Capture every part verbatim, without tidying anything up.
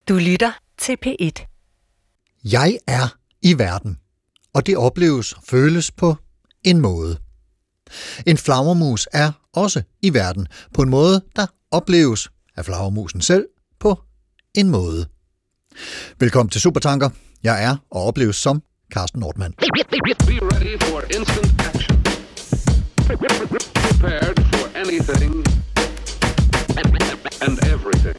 Du lytter til P et. Jeg er i verden, og det opleves og føles på en måde. En flagermus er også i verden på en måde, der opleves af flagermusen selv på en måde. Velkommen til Supertanker. Jeg er og opleves som Carsten Nordmann. Be ready for instant action. Prepared for anything and everything.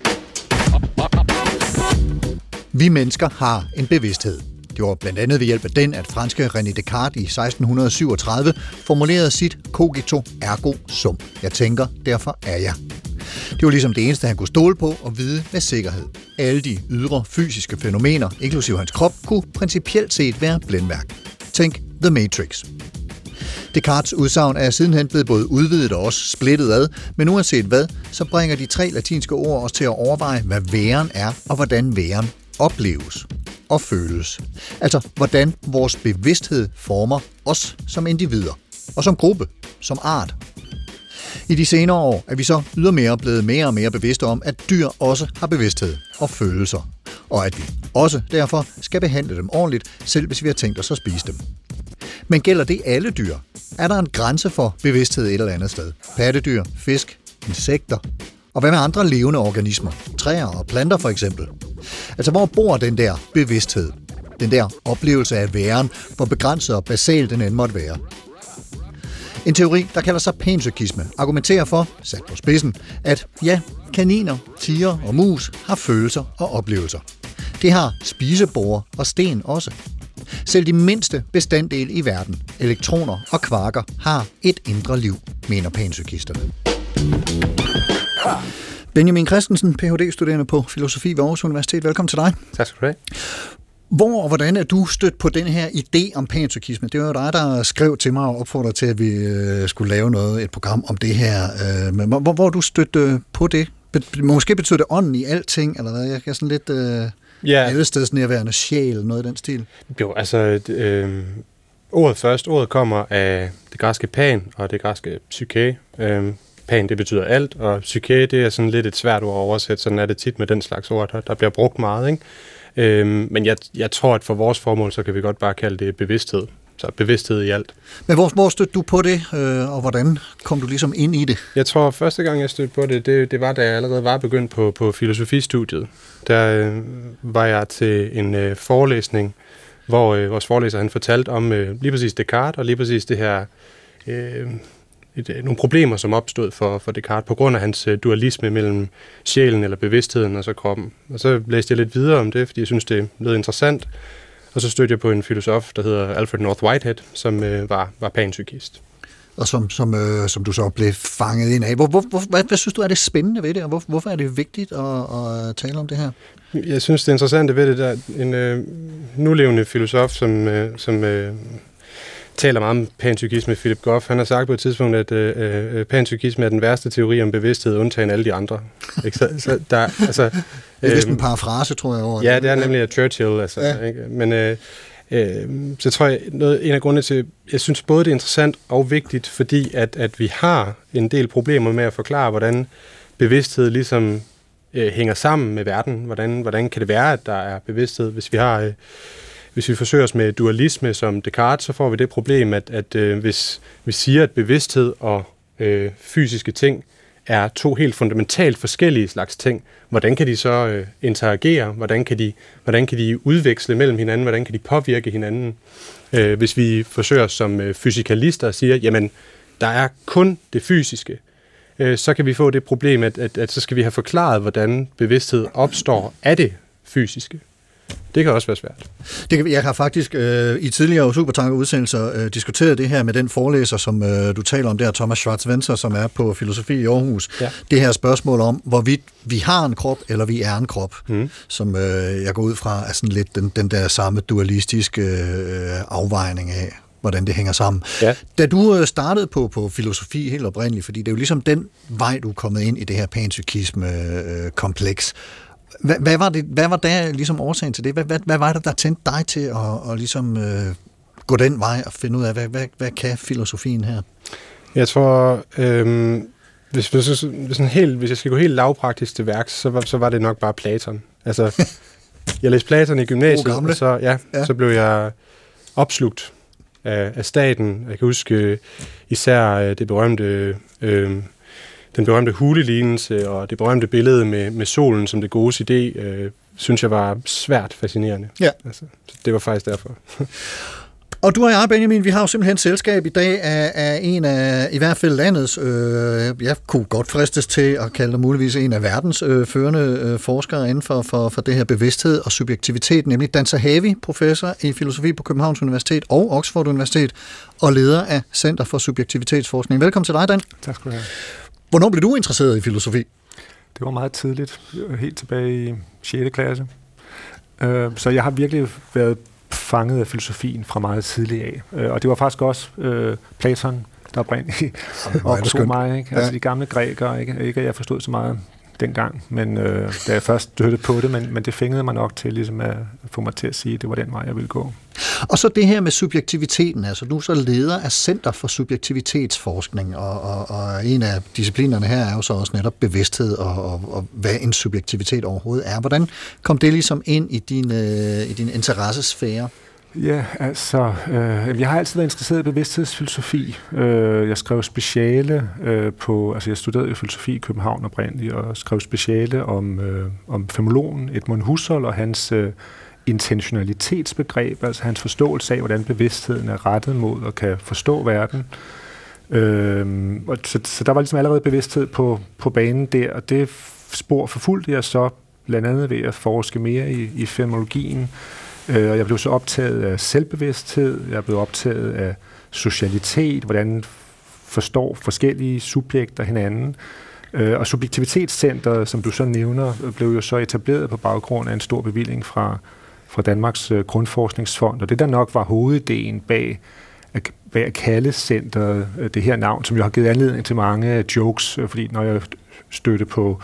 Vi mennesker har en bevidsthed. Det var blandt andet ved hjælp af den, at franske René Descartes i seksten syvogtredive formulerede sit cogito ergo sum. Jeg tænker, derfor er jeg. Det var ligesom det eneste, han kunne stole på og vide med sikkerhed. Alle de ydre fysiske fænomener, inklusive hans krop, kunne principielt set være blændværk. Tænk The Matrix. Descartes' udsagn er sidenhen blevet både udvidet og også splittet ad, men uanset hvad, så bringer de tre latinske ord os til at overveje, hvad væren er og hvordan væren opleves og føles. Altså, hvordan vores bevidsthed former os som individer og som gruppe, som art. I de senere år er vi så ydermere blevet mere og mere bevidste om, at dyr også har bevidsthed og følelser, og at vi også derfor skal behandle dem ordentligt, selv hvis vi har tænkt os at spise dem. Men gælder det alle dyr? Er der en grænse for bevidsthed et eller andet sted? Pattedyr, fisk, insekter? Og hvad med andre levende organismer? Træer og planter for eksempel? Altså, hvor bor den der bevidsthed? Den der oplevelse af væren, hvor begrænset og basal den end måtte være? En teori, der kalder sig panpsykisme, argumenterer for, sat på spidsen, at ja, kaniner, tiger og mus har følelser og oplevelser. Det har spiseborer og sten også. Selv de mindste bestanddele i verden, elektroner og kvarker, har et indre liv, mener panpsykisterne. Benjamin Christensen, P H D-studerende på filosofi ved Aarhus Universitet. Velkommen til dig. Tak skal du have. Hvor og hvordan er du stødt på den her idé om panpsykisme? Det var jo dig, der skrev til mig og opfordrede til, at vi øh, skulle lave noget, et program om det her. Øh, men hvor, hvor er du stødt øh, på det? Be- måske betyder det ånden i alting, eller hvad? Jeg er sådan lidt øh, ja. allesteds nærværende sjæl, noget i den stil. Jo, altså, øh, ordet først. Ordet kommer af det græske pan og det græske psyke. Øh, pan, det betyder alt, og psyke, det er sådan lidt et svært ord at oversætte. Sådan er det tit med den slags ord, der, der bliver brugt meget, ikke? Øhm, men jeg, jeg tror, at for vores formål, så kan vi godt bare kalde det bevidsthed. Så bevidsthed i alt. Men hvor, hvor stødte du på det, øh, og hvordan kom du ligesom ind i det? Jeg tror, første gang, jeg stødte på det, det, det var, da jeg allerede var begyndt på, på filosofistudiet. Der øh, var jeg til en øh, forelæsning, hvor øh, vores forelæser han fortalte om øh, lige præcis Descartes, og lige præcis det her... Øh, Et, nogle problemer, som opstod for, for Descartes på grund af hans uh, dualisme mellem sjælen eller bevidstheden og så kroppen. Og så læste jeg lidt videre om det, fordi jeg synes, det lød interessant. Og så stødte jeg på en filosof, der hedder Alfred North Whitehead, som uh, var, var panpsykist. Og som, som, øh, som du så blev fanget ind af. Hvor, hvor, hvor, hvad, hvad synes du er det spændende ved det, og hvor, hvorfor er det vigtigt at, at tale om det her? Jeg synes, det interessante ved det, der en øh, nulevende filosof, som... Øh, som øh, taler meget om panpsykisme, Philip Goff. Han har sagt på et tidspunkt, at øh, panpsykisme er den værste teori om bevidsthed, undtagen alle de andre. Ikke? Så, så der, altså, det er vist øh, en parafrase, tror jeg. Over. Ja, det er nemlig af Churchill. Altså, ja. Ikke? Men øh, øh, så tror jeg, noget, en af grundene til, jeg synes både det er interessant og vigtigt, fordi at, at vi har en del problemer med at forklare, hvordan bevidsthed ligesom øh, hænger sammen med verden. Hvordan, hvordan kan det være, at der er bevidsthed, hvis vi har... Øh, Hvis vi forsøger os med dualisme som Descartes, så får vi det problem, at, at øh, hvis vi siger, at bevidsthed og øh, fysiske ting er to helt fundamentalt forskellige slags ting, hvordan kan de så øh, interagere? Hvordan kan de, hvordan kan de udveksle mellem hinanden? Hvordan kan de påvirke hinanden? Øh, hvis vi forsøger os som øh, fysikalister og siger, jamen, der er kun det fysiske, øh, så kan vi få det problem, at, at, at så skal vi have forklaret, hvordan bevidsthed opstår af det fysiske. Det kan også være svært. Det kan, jeg har faktisk øh, i tidligere Supertanker-udsendelser øh, diskuteret det her med den forelæser, som øh, du taler om der, Thomas Schwartz-Wenzer, som er på filosofi i Aarhus. Ja. Det her spørgsmål om, hvorvidt vi har en krop, eller vi er en krop, mm. som øh, jeg går ud fra er sådan lidt den, den der samme dualistiske øh, afvejning af, hvordan det hænger sammen. Ja. Da du startede på, på filosofi helt oprindeligt, fordi det er jo ligesom den vej, du er kommet ind i det her panpsykisme-kompleks, Hvad, hvad var det? Hvad var der ligesom årsagen til det? Hvad, hvad, hvad var det, der tændte dig til at, at ligesom øh, gå den vej og finde ud af, hvad, hvad, hvad kan filosofien her? Jeg tror, øh, hvis, hvis, hvis, sådan helt, hvis jeg skal gå helt lavpraktisk til værks, så var, så var det nok bare Platon. Altså, jeg læste Platon i gymnasiet, Oh, og så, ja, ja. så blev jeg opslugt af, af staten. Jeg kan huske især det berømte, øh, den berømte hulelignelse og det berømte billede med, med solen som det gode idé, øh, synes jeg var svært fascinerende. Ja. Altså, det var faktisk derfor. Og du og jeg, Benjamin, vi har jo simpelthen selskab i dag af, af en af, i hvert fald landets, øh, jeg kunne godt fristes til at kalde dig muligvis en af verdens øh, førende øh, forskere inden for, for, for det her bevidsthed og subjektivitet, nemlig Dan Zahavi, professor i filosofi på Københavns Universitet og Oxford Universitet, og leder af Center for Subjektivitetsforskning. Velkommen til dig, Dan. Tak skal du have. Hvornår blev du interesseret i filosofi? Det var meget tidligt, helt tilbage i sjette klasse. Så jeg har virkelig været fanget af filosofien fra meget tidligt af. Og det var faktisk også øh, Platon, der oprindeligt optog mig. Ikke? Altså ja. De gamle grækere, ikke? Ikke at jeg forstod så meget dengang, men øh, da jeg først støttede på det, men, men det fængede mig nok til ligesom at få mig til at sige, at det var den vej, jeg ville gå. Og så det her med subjektiviteten, altså du er så leder af Center for Subjektivitetsforskning, og, og, og en af disciplinerne her er jo så også netop bevidsthed, og, og, og hvad en subjektivitet overhovedet er. Hvordan kom det ligesom ind i din, øh, i din interessesfære? Ja, altså, øh, jeg har altid været interesseret i bevidsthedsfilosofi. Øh, jeg skrev speciale øh, på, altså jeg studerede filosofi i København oprindeligt, og skrev speciale om, øh, om fænomenologen Edmund Husserl og hans øh, intentionalitetsbegreb, altså hans forståelse af, hvordan bevidstheden er rettet mod og kan forstå verden. Øh, og så, så der var ligesom allerede bevidsthed på, på banen der, og det spor forfulgte jeg så blandt andet ved at forske mere i, i fænomenologien. Og jeg blev så optaget af selvbevidsthed, jeg blev optaget af socialitet, hvordan forstår forskellige subjekter hinanden. Og Subjektivitetscenteret, som du så nævner, blev jo så etableret på baggrund af en stor bevilling fra, fra Danmarks Grundforskningsfond. Og det der nok var hovedideen bag, bag at kalde centeret det her navn, som jo har givet anledning til mange jokes, fordi når jeg stødte på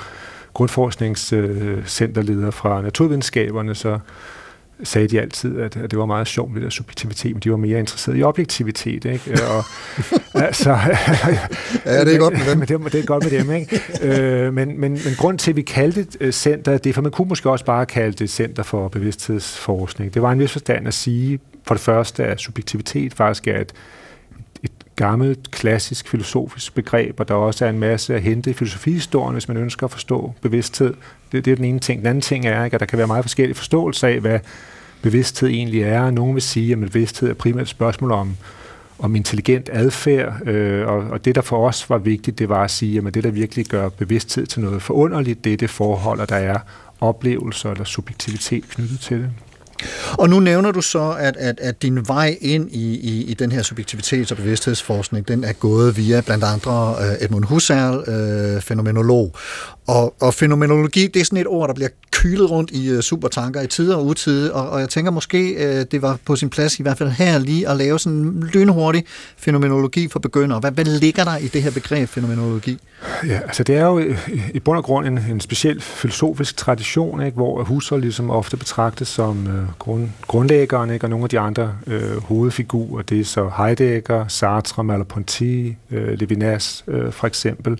grundforskningscenterledere fra naturvidenskaberne, så sagde de altid, at, at det var meget sjovt med det der subjektivitet, men de var mere interesserede i objektivitet, ikke? Og, altså, ja, det er godt med dem. Men det, det er godt med dem, ikke? øh, men, men, men grund til, at vi kaldte det center, det er, for man kunne måske også bare kalde det Center for Bevidsthedsforskning. Det var en vis forstand at sige, for det første, at subjektivitet faktisk er et, et gammelt, klassisk filosofisk begreb, og der også er en masse at hente i filosofihistorien, hvis man ønsker at forstå bevidsthed. Det, det er den ene ting. Den anden ting er, ikke, at der kan være meget forskellige forståelser af, hvad bevidsthed egentlig er. Nogen vil sige, at bevidsthed er primært et spørgsmål om, om intelligent adfærd, øh, og, og det, der for os var vigtigt, det var at sige, at det, der virkelig gør bevidsthed til noget forunderligt, det er det forhold, at der er oplevelser eller subjektivitet knyttet til det. Og nu nævner du så, at, at, at din vej ind i, i, i den her subjektivitets- og bevidsthedsforskning, den er gået via blandt andre uh, Edmund Husserl, uh, fænomenolog. Og, og fænomenologi, det er sådan et ord, der bliver kylet rundt i uh, supertanker i tide og utide, og, og jeg tænker måske, uh, det var på sin plads i hvert fald her lige at lave sådan en lynhurtig fænomenologi for begyndere. Hvad, hvad ligger der i det her begreb fænomenologi? Ja, altså det er jo i, i bund og grund en, en speciel filosofisk tradition, ikke, hvor Husserl ligesom ofte betragtes som øh, grund, grundlæggeren, ikke, og nogle af de andre øh, hovedfigurer, det er så Heidegger, Sartre, Merleau-Ponty, øh, Levinas øh, for eksempel.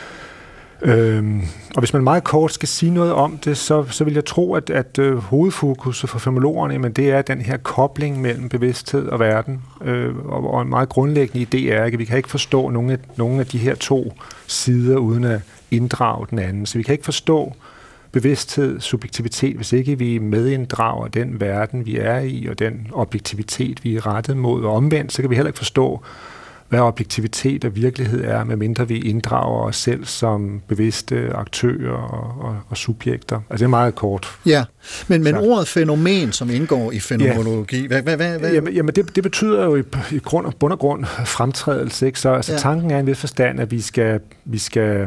Øhm, og hvis man meget kort skal sige noget om det, så, så vil jeg tro, at, at øh, hovedfokuset for fænomenologerne, men det er den her kobling mellem bevidsthed og verden. Øh, og, og en meget grundlæggende idé er, at vi kan ikke forstå nogle af, nogle af de her to sider uden at inddrage den anden. Så vi kan ikke forstå bevidsthed, subjektivitet, hvis ikke vi medinddrager den verden, vi er i, og den objektivitet, vi er rettet mod. Og omvendt, så kan vi heller ikke forstå, hvad objektivitet og virkelighed er, medmindre vi inddrager os selv som bevidste aktører og, og, og subjekter. Altså det er meget kort. Ja, men, men ordet fænomen, som indgår i fænomenologi, ja. hvad, hvad, hvad, hvad? Jamen, jamen det, det betyder jo i, i grund og bund og grund fremtrædelse, ikke? Så altså, ja. Tanken er en vis forstand, at vi skal, vi skal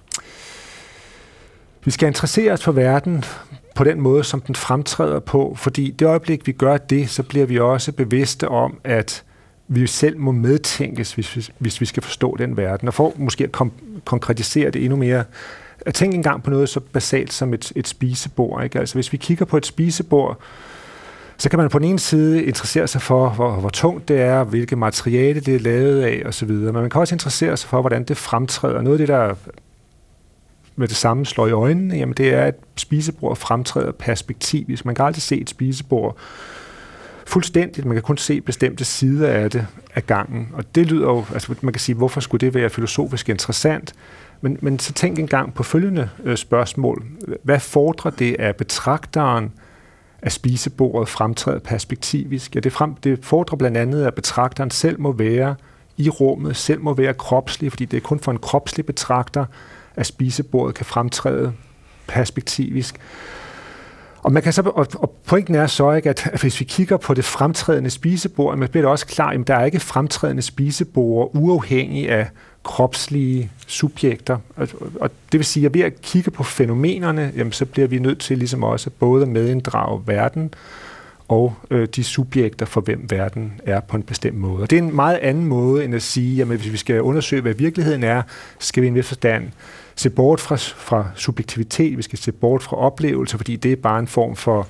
vi skal interessere os for verden på den måde, som den fremtræder på, fordi det øjeblik, vi gør det, så bliver vi også bevidste om, at vi selv må medtænkes, hvis vi, hvis vi skal forstå den verden. Og for måske at kom, konkretisere det endnu mere, at tænke engang på noget så basalt som et, et spisebord. Ikke? Altså hvis vi kigger på et spisebord, så kan man på den ene side interessere sig for, hvor, hvor tungt det er, hvilket materiale det er lavet af osv. Men man kan også interessere sig for, hvordan det fremtræder. Noget af det, der med det samme slår i øjnene, jamen det er, at spisebord fremtræder perspektivisk. Man kan aldrig se et spisebord fuldstændigt. Man kan kun se bestemte sider af det af gangen. Og det lyder jo, altså man kan sige, hvorfor skulle det være filosofisk interessant? Men, men så tænk engang på følgende øh, spørgsmål. Hvad fordrer det af betragteren af spisebordet fremtræder perspektivisk? Ja, det, frem, det fordrer blandt andet, at betragteren selv må være i rummet, selv må være kropslig, fordi det er kun for en kropslig betragter, at spisebordet kan fremtræde perspektivisk. Og, man kan så, og, og pointen er så ikke, at hvis vi kigger på det fremtrædende spisebord, så bliver det også klart, at der er ikke fremtrædende spisebord uafhængig af kropslige subjekter. Og, og det vil sige, at ved at kigge på fænomenerne, jamen, så bliver vi nødt til ligesom også både at medinddrage verden og øh, de subjekter, for hvem verden er på en bestemt måde. Og det er en meget anden måde, end at sige, at hvis vi skal undersøge, hvad virkeligheden er, skal vi i en vis forstand se bort fra, fra subjektivitet, vi skal se bort fra oplevelser, fordi det er bare en form for,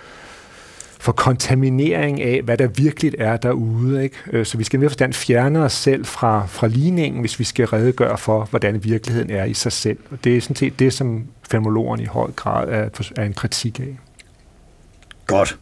for kontaminering af, hvad der virkelig er derude. Ikke? Så vi skal i en vis forstand fjerne os selv fra, fra ligningen, hvis vi skal redegøre for, hvordan virkeligheden er i sig selv. Og det er sådan set det, som fænomenologerne i høj grad er, er en kritik af. Godt.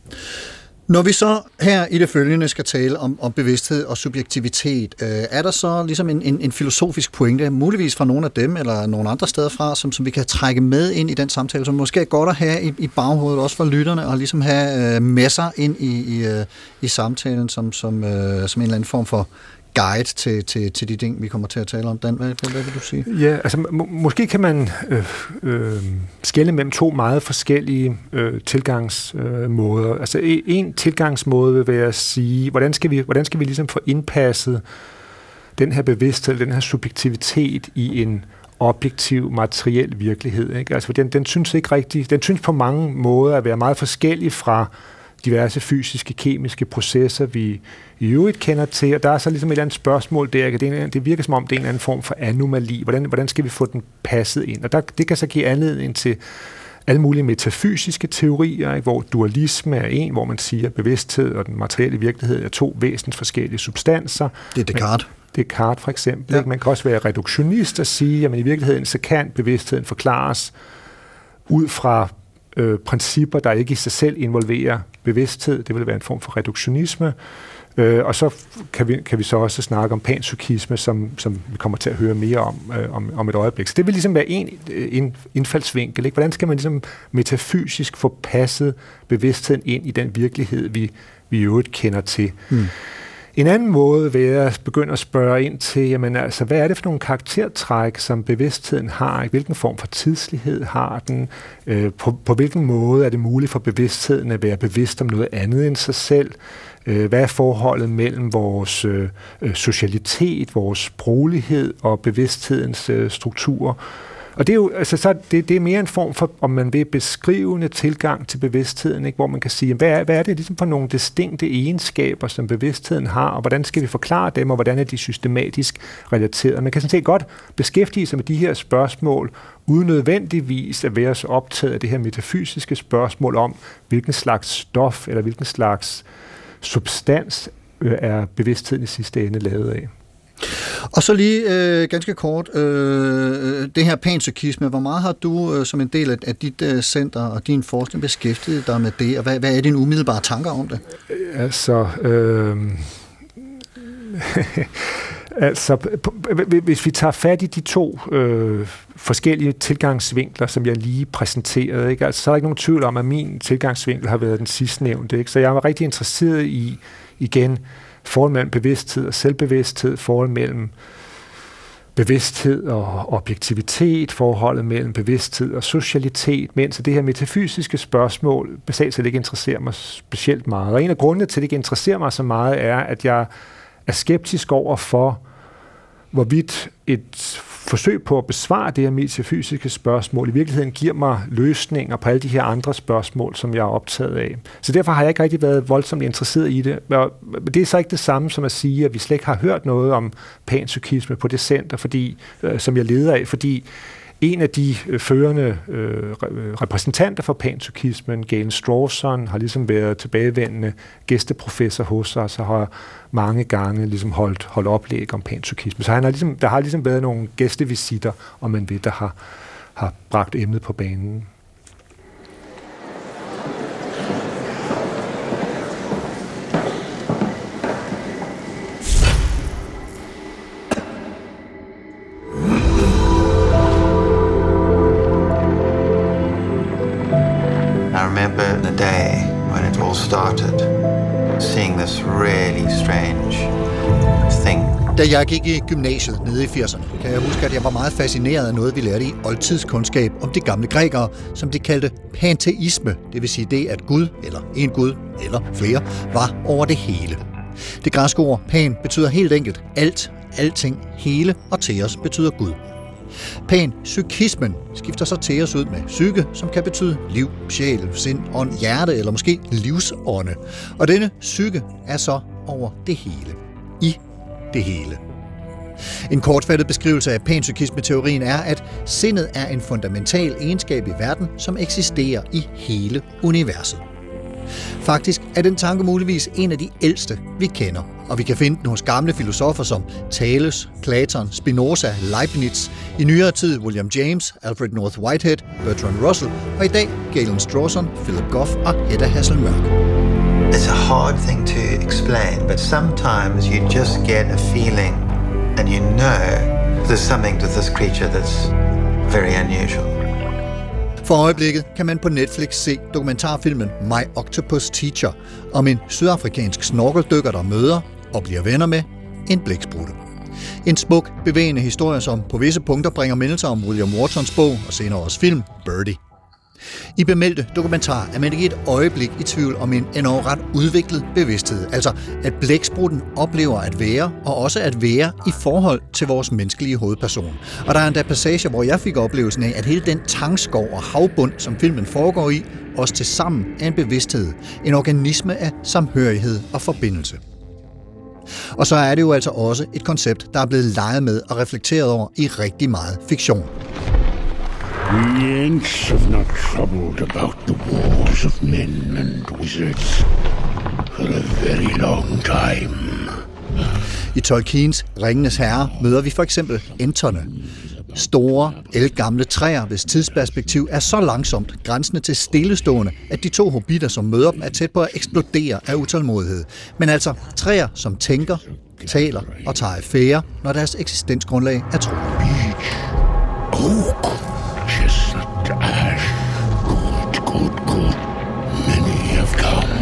Når vi så her i det følgende skal tale om, om bevidsthed og subjektivitet, øh, er der så ligesom en, en, en filosofisk pointe, muligvis fra nogle af dem eller nogle andre steder fra, som, som vi kan trække med ind i den samtale, som måske er godt at have i, i baghovedet, også for lytterne, og ligesom have øh, med sig ind i, i, øh, i samtalen som, som, øh, som en eller anden form for guide til, til, til de ting, vi kommer til at tale om. Dan, hvad, hvad vil du sige? Ja, altså må, måske kan man øh, øh, skelne mellem to meget forskellige øh, tilgangsmåder. Øh, altså en tilgangsmåde vil være at sige, hvordan skal vi, hvordan skal vi ligesom få indpasset den her bevidsthed, den her subjektivitet i en objektiv, materiel virkelighed. Ikke? Altså den, den synes ikke rigtig, den synes på mange måder at være meget forskellig fra diverse fysiske, kemiske processer, vi i øvrigt kender til, og der er så ligesom et eller andet spørgsmål der, at det, det virker som om, det er en eller anden form for anomali. Hvordan, hvordan skal vi få den passet ind? Og der, det kan så give anledning til alle mulige metafysiske teorier, ikke? Hvor dualisme er en, hvor man siger, at bevidsthed og den materielle virkelighed er to væsentligt forskellige substanser. Det er Descartes. Men, Descartes for eksempel. Ja. Ikke? Man kan også være reduktionist og sige, at i virkeligheden så kan bevidstheden forklares ud fra øh, principper, der ikke i sig selv involverer bevidsthed. Det vil være en form for reduktionisme. Øh, og så kan vi, kan vi så også snakke om panpsykisme, som, som vi kommer til at høre mere om, øh, om, om et øjeblik. Så det vil ligesom være en, en indfaldsvinkel. Ikke? Hvordan skal man ligesom metafysisk få passet bevidstheden ind i den virkelighed, vi, vi i øvrigt kender til? Mm. En anden måde vil jeg begynde at spørge ind til, jamen altså, hvad er det for nogle karaktertræk, som bevidstheden har? Hvilken form for tidslighed har den? Øh, på, på hvilken måde er det muligt for bevidstheden at være bevidst om noget andet end sig selv? Øh, hvad er forholdet mellem vores øh, socialitet, vores sproglighed og bevidsthedens øh, strukturer? Og det er jo altså, så det, det er mere en form for, om man vil, beskrivende tilgang til bevidstheden, ikke? Hvor man kan sige, hvad er, hvad er det ligesom for nogle distinkte egenskaber, som bevidstheden har, og hvordan skal vi forklare dem, og hvordan er de systematisk relateret? Man kan sådan set godt beskæftige sig med de her spørgsmål, uden nødvendigvis at være så optaget af det her metafysiske spørgsmål om, hvilken slags stof eller hvilken slags substans er bevidstheden i sidste ende lavet af. Og så lige øh, ganske kort, øh, det her panpsykisme, hvor meget har du øh, som en del af, af dit øh, center og din forskning beskæftiget dig med det, og hvad, hvad er dine umiddelbare tanker om det? Altså, øh, altså, hvis vi tager fat i de to øh, forskellige tilgangsvinkler, som jeg lige præsenterede, ikke? Altså, så er der ikke nogen tvivl om, at min tilgangsvinkel har været den sidstnævnte, ikke? Så jeg var rigtig interesseret i, igen, forhold mellem bevidsthed og selvbevidsthed, forhold mellem bevidsthed og objektivitet, forholdet mellem bevidsthed og socialitet, mens det her metafysiske spørgsmål basalt set ikke interesserer mig specielt meget. Og en af grundene til, at det ikke interesserer mig så meget, er, at jeg er skeptisk over for, hvorvidt et forsøg på at besvare det her metafysiske spørgsmål i virkeligheden giver mig løsninger på alle de her andre spørgsmål, som jeg er optaget af. Så derfor har jeg ikke rigtig været voldsomt interesseret i det. Men det er så ikke det samme som at sige, at vi slet ikke har hørt noget om panpsykisme på det center, fordi, øh, som jeg leder af, fordi en af de øh, førende øh, repræsentanter for panpsykismen, Galen Strawson, har ligesom været tilbagevendende gæsteprofessor hos os og har mange gange ligesom holdt, holdt oplæg om panpsykisme. Så han har ligesom, der har ligesom været nogle gæstevisitter, om man ved, der har, har bragt emnet på banen. Started seeing this really strange thing. Da jeg gik i gymnasiet nede i firserne, kan jeg huske, at jeg var meget fascineret af noget, vi lærte i oldtidskundskab om de gamle grækere, som de kaldte panteisme, det vil sige det, at Gud, eller en Gud, eller flere, var over det hele. Det græske ord pan betyder helt enkelt alt, alting, hele, og teos betyder Gud. Panpsykismen skifter så teos ud med psyke, som kan betyde liv, sjæl, sind, ånd, hjerte eller måske livsånde. Og denne psyke er så over det hele. I det hele. En kortfattet beskrivelse af panpsykisme-teorien er, at sindet er en fundamental egenskab i verden, som eksisterer i hele universet. Faktisk er den tanke muligvis en af de ældste, vi kender, og vi kan finde den hos gamle filosofer som Thales, Platon, Spinoza, Leibniz, i nyere tid William James, Alfred North Whitehead, Bertrand Russell, og i dag Galen Strawson, Philip Goff og Hedda Hasselmørk. It's a hard thing to explain, but sometimes you just get a feeling and you know there's something to this creature that's very unusual. For øjeblikket kan man på Netflix se dokumentarfilmen My Octopus Teacher om en sydafrikansk snorkeldykker, der møder og bliver venner med en blæksprutte. En smuk, bevægende historie, som på visse punkter bringer mindelser om William Watsons bog og senere også film Birdie. I bemeldte dokumentar er man ikke et øjeblik i tvivl om en endnu ret udviklet bevidsthed, altså at blæksprutten oplever at være, og også at være i forhold til vores menneskelige hovedperson. Og der er endda passager, hvor jeg fik oplevelsen af, at hele den tangskov og havbund, som filmen foregår i, også til sammen er en bevidsthed, en organisme af samhørighed og forbindelse. Og så er det jo altså også et koncept, der er blevet leget med og reflekteret over i rigtig meget fiktion. The Ents have not troubled about the wars of men and wizards for a very long time. I Tolkiens Ringenes Herre møder vi for eksempel Enterne. Store, ældgamle træer, hvis tidsperspektiv er så langsomt grænsende til stillestående, at de to hobitter, som møder dem, er tæt på at eksplodere af utålmodighed. Men altså træer, som tænker, taler og tager affære, når deres eksistensgrundlag er truet. Oak, chestnut, ash, good, good, good. Many have come.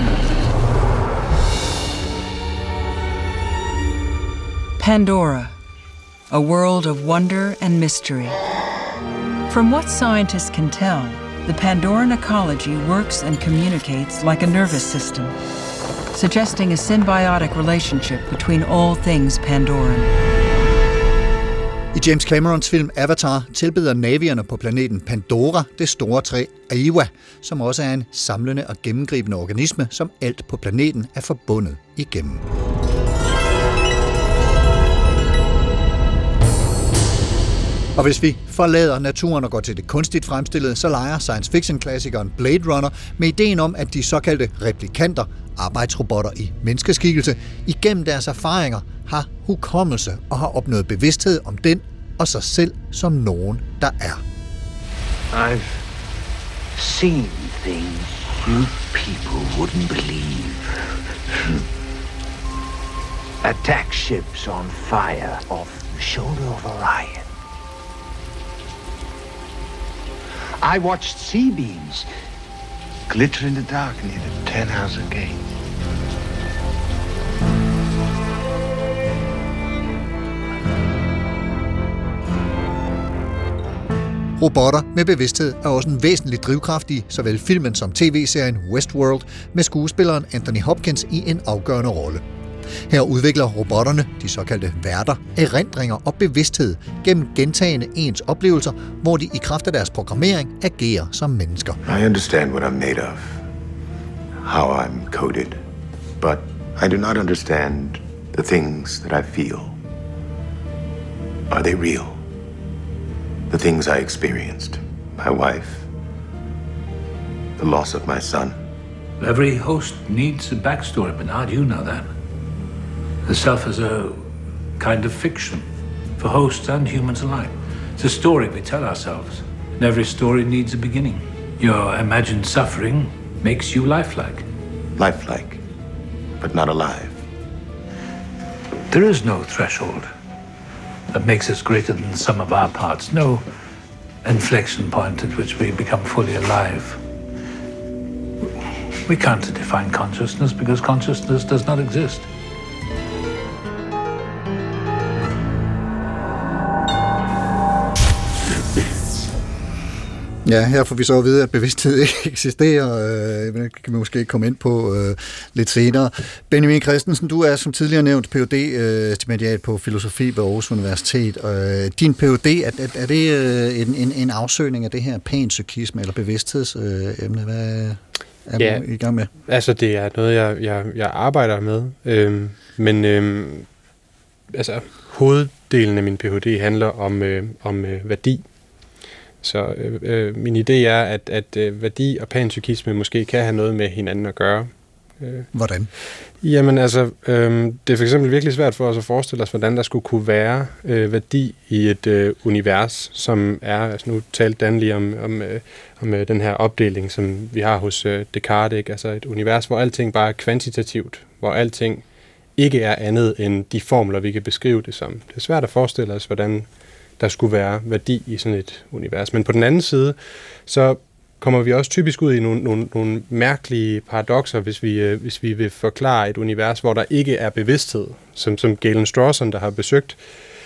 Pandora, a world of wonder and mystery. From what scientists can tell, the Pandoran ecology works and communicates like a nervous system, suggesting a symbiotic relationship between all things Pandoran. I James Camerons film Avatar tilbeder navierne på planeten Pandora det store træ Aiwa, som også er en samlende og gennemgribende organisme, som alt på planeten er forbundet igennem. Og hvis vi forlader naturen og går til det kunstigt fremstillede, så leger science fiction-klassikeren Blade Runner med ideen om, at de såkaldte replikanter, arbejdsrobotter i menneskeskikkelse, igennem deres erfaringer har hukommelse og har opnået bevidsthed om den og sig selv som nogen, der er. I've seen things you people wouldn't believe. Attack ships on fire off the shoulder of Orion. I watched sea beams glitter in the dark near the Tannhauser Gate. Robotter med bevidsthed er også en væsentlig drivkraft i såvel filmen som tv-serien Westworld med skuespilleren Anthony Hopkins i en afgørende rolle. Her udvikler robotterne, de såkaldte værter, erindringer og bevidsthed gennem gentagende ens oplevelser, hvor de i kraft af deres programmering agerer som mennesker. I understand what I'm made of, how I'm coded, but I do not understand the things that I feel. Are they real? The things I experienced, my wife, the loss of my son. Every host needs a backstory, Bernard, you know that. The self is a kind of fiction for hosts and humans alike. It's a story we tell ourselves. It And every story needs a beginning. Your imagined suffering makes you lifelike. Lifelike, but not alive. There is no threshold that makes us greater than the sum of our parts. No inflection point at which we become fully alive. We can't define consciousness because consciousness does not exist. Ja, her får vi så at vide, at bevidsthed ikke eksisterer. Øh, det kan vi måske komme ind på øh, lidt senere. Benjamin Christensen, du er som tidligere nævnt Ph D-stipendiat på filosofi ved Aarhus Universitet. Øh, din Ph D, er, er, er det øh, en, en, en afsøgning af det her panpsykisme eller bevidsthedsemne? Øh, Hvad er ja, du i gang med? Altså, det er noget, jeg, jeg, jeg arbejder med. Øhm, men øhm, altså, hoveddelen af min Ph D handler om, øh, om øh, værdi. Så øh, øh, min idé er, at, at øh, værdi og panpsykisme måske kan have noget med hinanden at gøre. Øh, Hvordan? Jamen altså, øh, det er for eksempel virkelig svært for os at forestille os, hvordan der skulle kunne være øh, værdi i et øh, univers, som er, altså nu talte Dan lige om, om, øh, om øh, den her opdeling, som vi har hos øh, Descartes, ikke? Altså et univers, hvor alting bare er kvantitativt, hvor alting ikke er andet end de formler, vi kan beskrive det som. Det er svært at forestille os, hvordan der skulle være værdi i sådan et univers. Men på den anden side, så kommer vi også typisk ud i nogle, nogle, nogle mærkelige paradokser, hvis vi, øh, hvis vi vil forklare et univers, hvor der ikke er bevidsthed. Som, som Galen Strawson, der har besøgt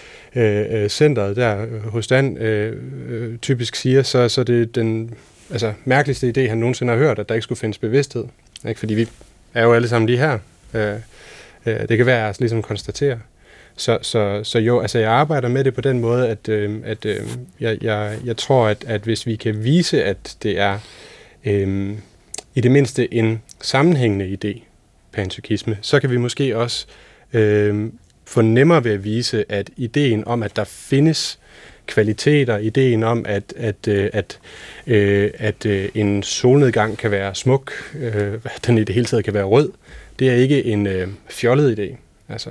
øh, centret der hos Dan, øh, øh, typisk siger, så, så det er den altså, mærkeligste idé, han nogensinde har hørt, at der ikke skulle findes bevidsthed. Ikke? Fordi vi er jo alle sammen lige her. Øh, øh, det kan være, at ligesom konstatere. Så, så, så jo, altså jeg arbejder med det på den måde, at, øh, at øh, jeg, jeg, jeg tror, at, at hvis vi kan vise, at det er øh, i det mindste en sammenhængende idé, panpsykisme, så kan vi måske også øh, få nemmere ved at vise, at ideen om, at der findes kvaliteter, ideen om, at, at, at, at, øh, at øh, en solnedgang kan være smuk, øh, at den i det hele taget kan være rød, det er ikke en øh, fjollet idé. Altså.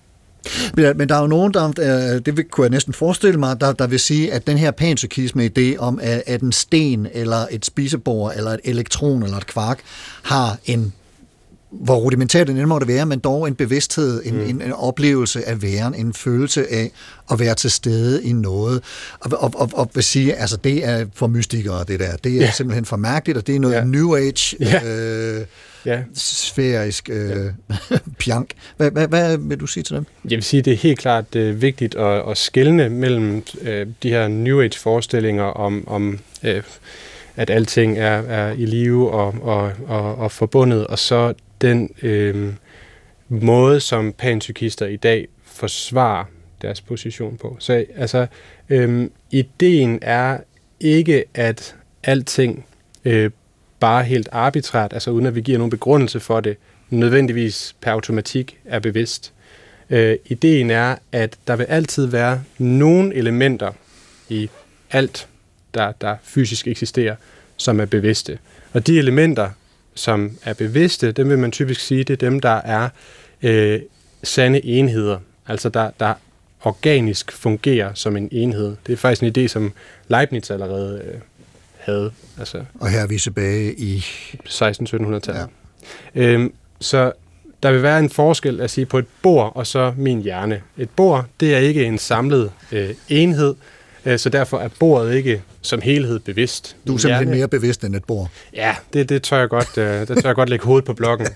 Men der er jo nogen, der, det kunne jeg næsten forestille mig, der, der vil sige, at den her panpsykisme-idé om, at en sten, eller et spisebord, eller et elektron, eller et kvark, har en, hvor rudimentært det må det være, men dog en bevidsthed, en, mm. en, en oplevelse af væren, en følelse af at være til stede i noget. Og, og, og, og vil sige, altså det er for mystikere, det der. Det er yeah. simpelthen for mærkeligt, og det er noget yeah. New Age, yeah. øh, yeah. sfærisk øh, yeah. pjank. Hvad, hvad, hvad vil du sige til dem? Jeg vil sige, det er helt klart øh, vigtigt at, at skelne mellem øh, de her New Age-forestillinger om, om øh, at alting er, er i live og, og, og, og forbundet, og så den øh, måde, som panpsykister i dag forsvarer deres position på. Så altså, øh, ideen er ikke, at alting øh, bare helt arbitrært, altså uden at vi giver nogen begrundelse for det, nødvendigvis per automatik er bevidst. Øh, ideen er, at der vil altid være nogle elementer i alt, der, der fysisk eksisterer, som er bevidste. Og de elementer, som er bevidste, dem vil man typisk sige, det er dem, der er øh, sande enheder. Altså der, der organisk fungerer som en enhed. Det er faktisk en idé, som Leibniz allerede øh, havde. Altså, og her er vi tilbage i seksten sytten hundrede-tallet. Ja. Øhm, så der vil være en forskel at sige på et bord og så min hjerne. Et bord, det er ikke en samlet øh, enhed, øh, så derfor er bordet ikke som helhed bevidst. Du er simpelthen mere bevidst end et bord. Ja, det, det tør jeg godt, øh, det tør jeg godt lægge hovedet på blokken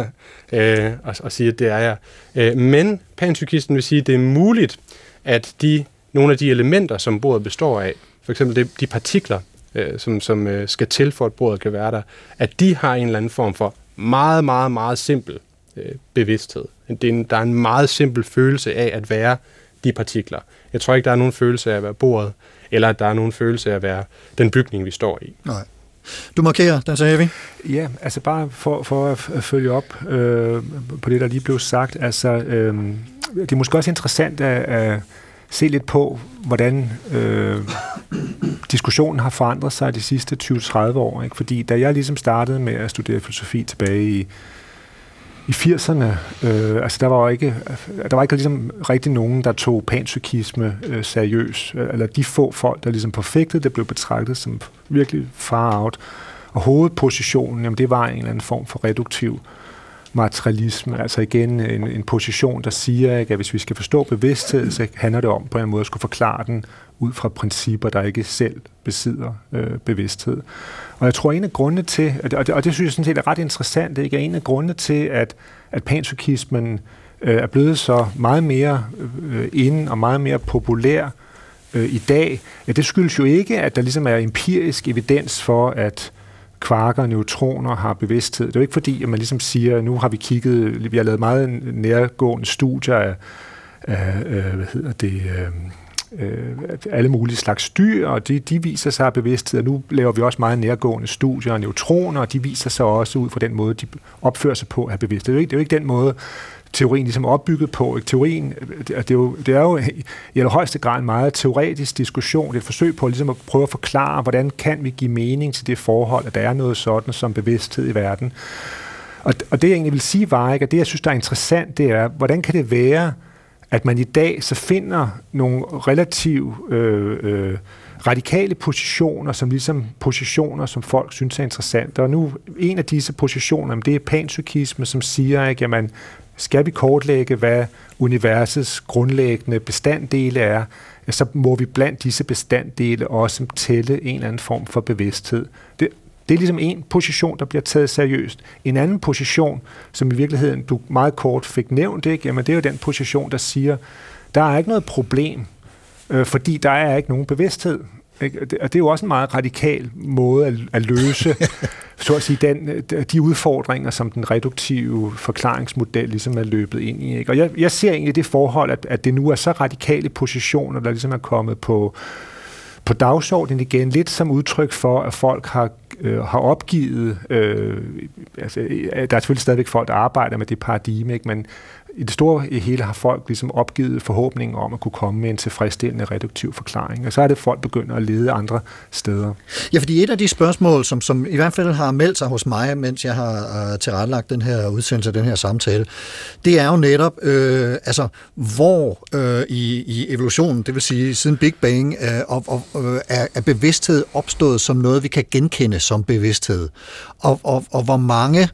øh, og, og sige, at det er jeg. Øh, men panpsykisten vil sige, at det er muligt, at de, nogle af de elementer, som bordet består af, for eksempel de, de partikler, øh, som, som øh, skal til for, at bordet kan være der, at de har en eller anden form for meget, meget, meget simpel øh, bevidsthed. Det er en, der er en meget simpel følelse af at være de partikler. Jeg tror ikke, der er nogen følelse af at være bordet, eller at der er nogen følelse af at være den bygning, vi står i. Nej. Du markerer, den sagde vi. Ja, altså bare for, for at følge op øh, på det, der lige blev sagt. Altså, øh, det er måske også interessant at, at se lidt på, hvordan øh, diskussionen har forandret sig de sidste tyve til tredive år. Ikke? Fordi da jeg ligesom startede med at studere filosofi tilbage i i firserne, øh, altså der var ikke, der var ikke ligesom rigtig nogen, der tog panpsykisme øh, seriøs, eller de få folk, der ligesom perfektede, det blev betragtet som virkelig far out, og hovedpositionen, jamen det var en eller anden form for reduktiv materialisme, altså igen en, en position, der siger, ikke, at hvis vi skal forstå bevidsthed, så handler det om på en måde at skulle forklare den ud fra principper, der ikke selv besidder øh, bevidsthed. Og jeg tror, en af grundene til, og det, og det synes jeg sådan set er ret interessant, ikke, er en af grundene til, at, at panpsykismen øh, er blevet så meget mere øh, inde og meget mere populær øh, i dag, ja, det skyldes jo ikke, at der ligesom er empirisk evidens for, at kvarker og neutroner har bevidsthed. Det er jo ikke fordi, at man ligesom siger, nu har vi kigget, vi har lavet meget nærgående studier af, af øh, hvad hedder det, øh, øh, alle mulige slags dyr, og de, de viser sig af bevidsthed, og nu laver vi også meget nærgående studier af neutroner, og de viser sig også ud fra den måde, de opfører sig på at have bevidsthed. Det er jo ikke, det er jo ikke den måde, teorien ligesom er opbygget på. Teorien, det er jo, det er jo i allerhøjeste grad en meget teoretisk diskussion. Det er et forsøg på ligesom at prøve at forklare, hvordan kan vi give mening til det forhold, at der er noget sådan som bevidsthed i verden. Og, og det jeg egentlig vil sige var, ikke, at det jeg synes, der er interessant, det er, hvordan kan det være, at man i dag så finder nogle relativt øh, øh, radikale positioner, som ligesom positioner, som folk synes er interessante. Og nu, en af disse positioner, det er panpsykisme, som siger, ikke, jamen, skal vi kortlægge, hvad universets grundlæggende bestanddele er, så må vi blandt disse bestanddele også tælle en eller anden form for bevidsthed. Det, det er ligesom en position, der bliver taget seriøst. En anden position, som i virkeligheden du meget kort fik nævnt, ikke? Jamen, det er jo den position, der siger, der er ikke noget problem, øh, fordi der er ikke nogen bevidsthed. Ikke? Og det er jo også en meget radikal måde at, at løse så at sige, den, de udfordringer, som den reduktive forklaringsmodel ligesom er løbet ind i. Ikke? Og jeg, jeg ser egentlig det forhold, at, at det nu er så radikale positioner, der ligesom er kommet på, på dagsordenen igen, lidt som udtryk for, at folk har, øh, har opgivet, øh, altså, der er selvfølgelig stadigvæk folk, der arbejder med det paradigme, ikke? Men i det store hele har folk ligesom opgivet forhåbningen om at kunne komme med en tilfredsstillende reduktiv forklaring. Og så er det, folk begynder at lede andre steder. Ja, fordi et af de spørgsmål, som, som i hvert fald har meldt sig hos mig, mens jeg har uh, tilrettelagt den her udsendelse, den her samtale, det er jo netop, øh, altså, hvor øh, i, i evolutionen, det vil sige siden Big Bang, øh, og, og, øh, er, er bevidsthed opstået som noget, vi kan genkende som bevidsthed. Og, og, og hvor mange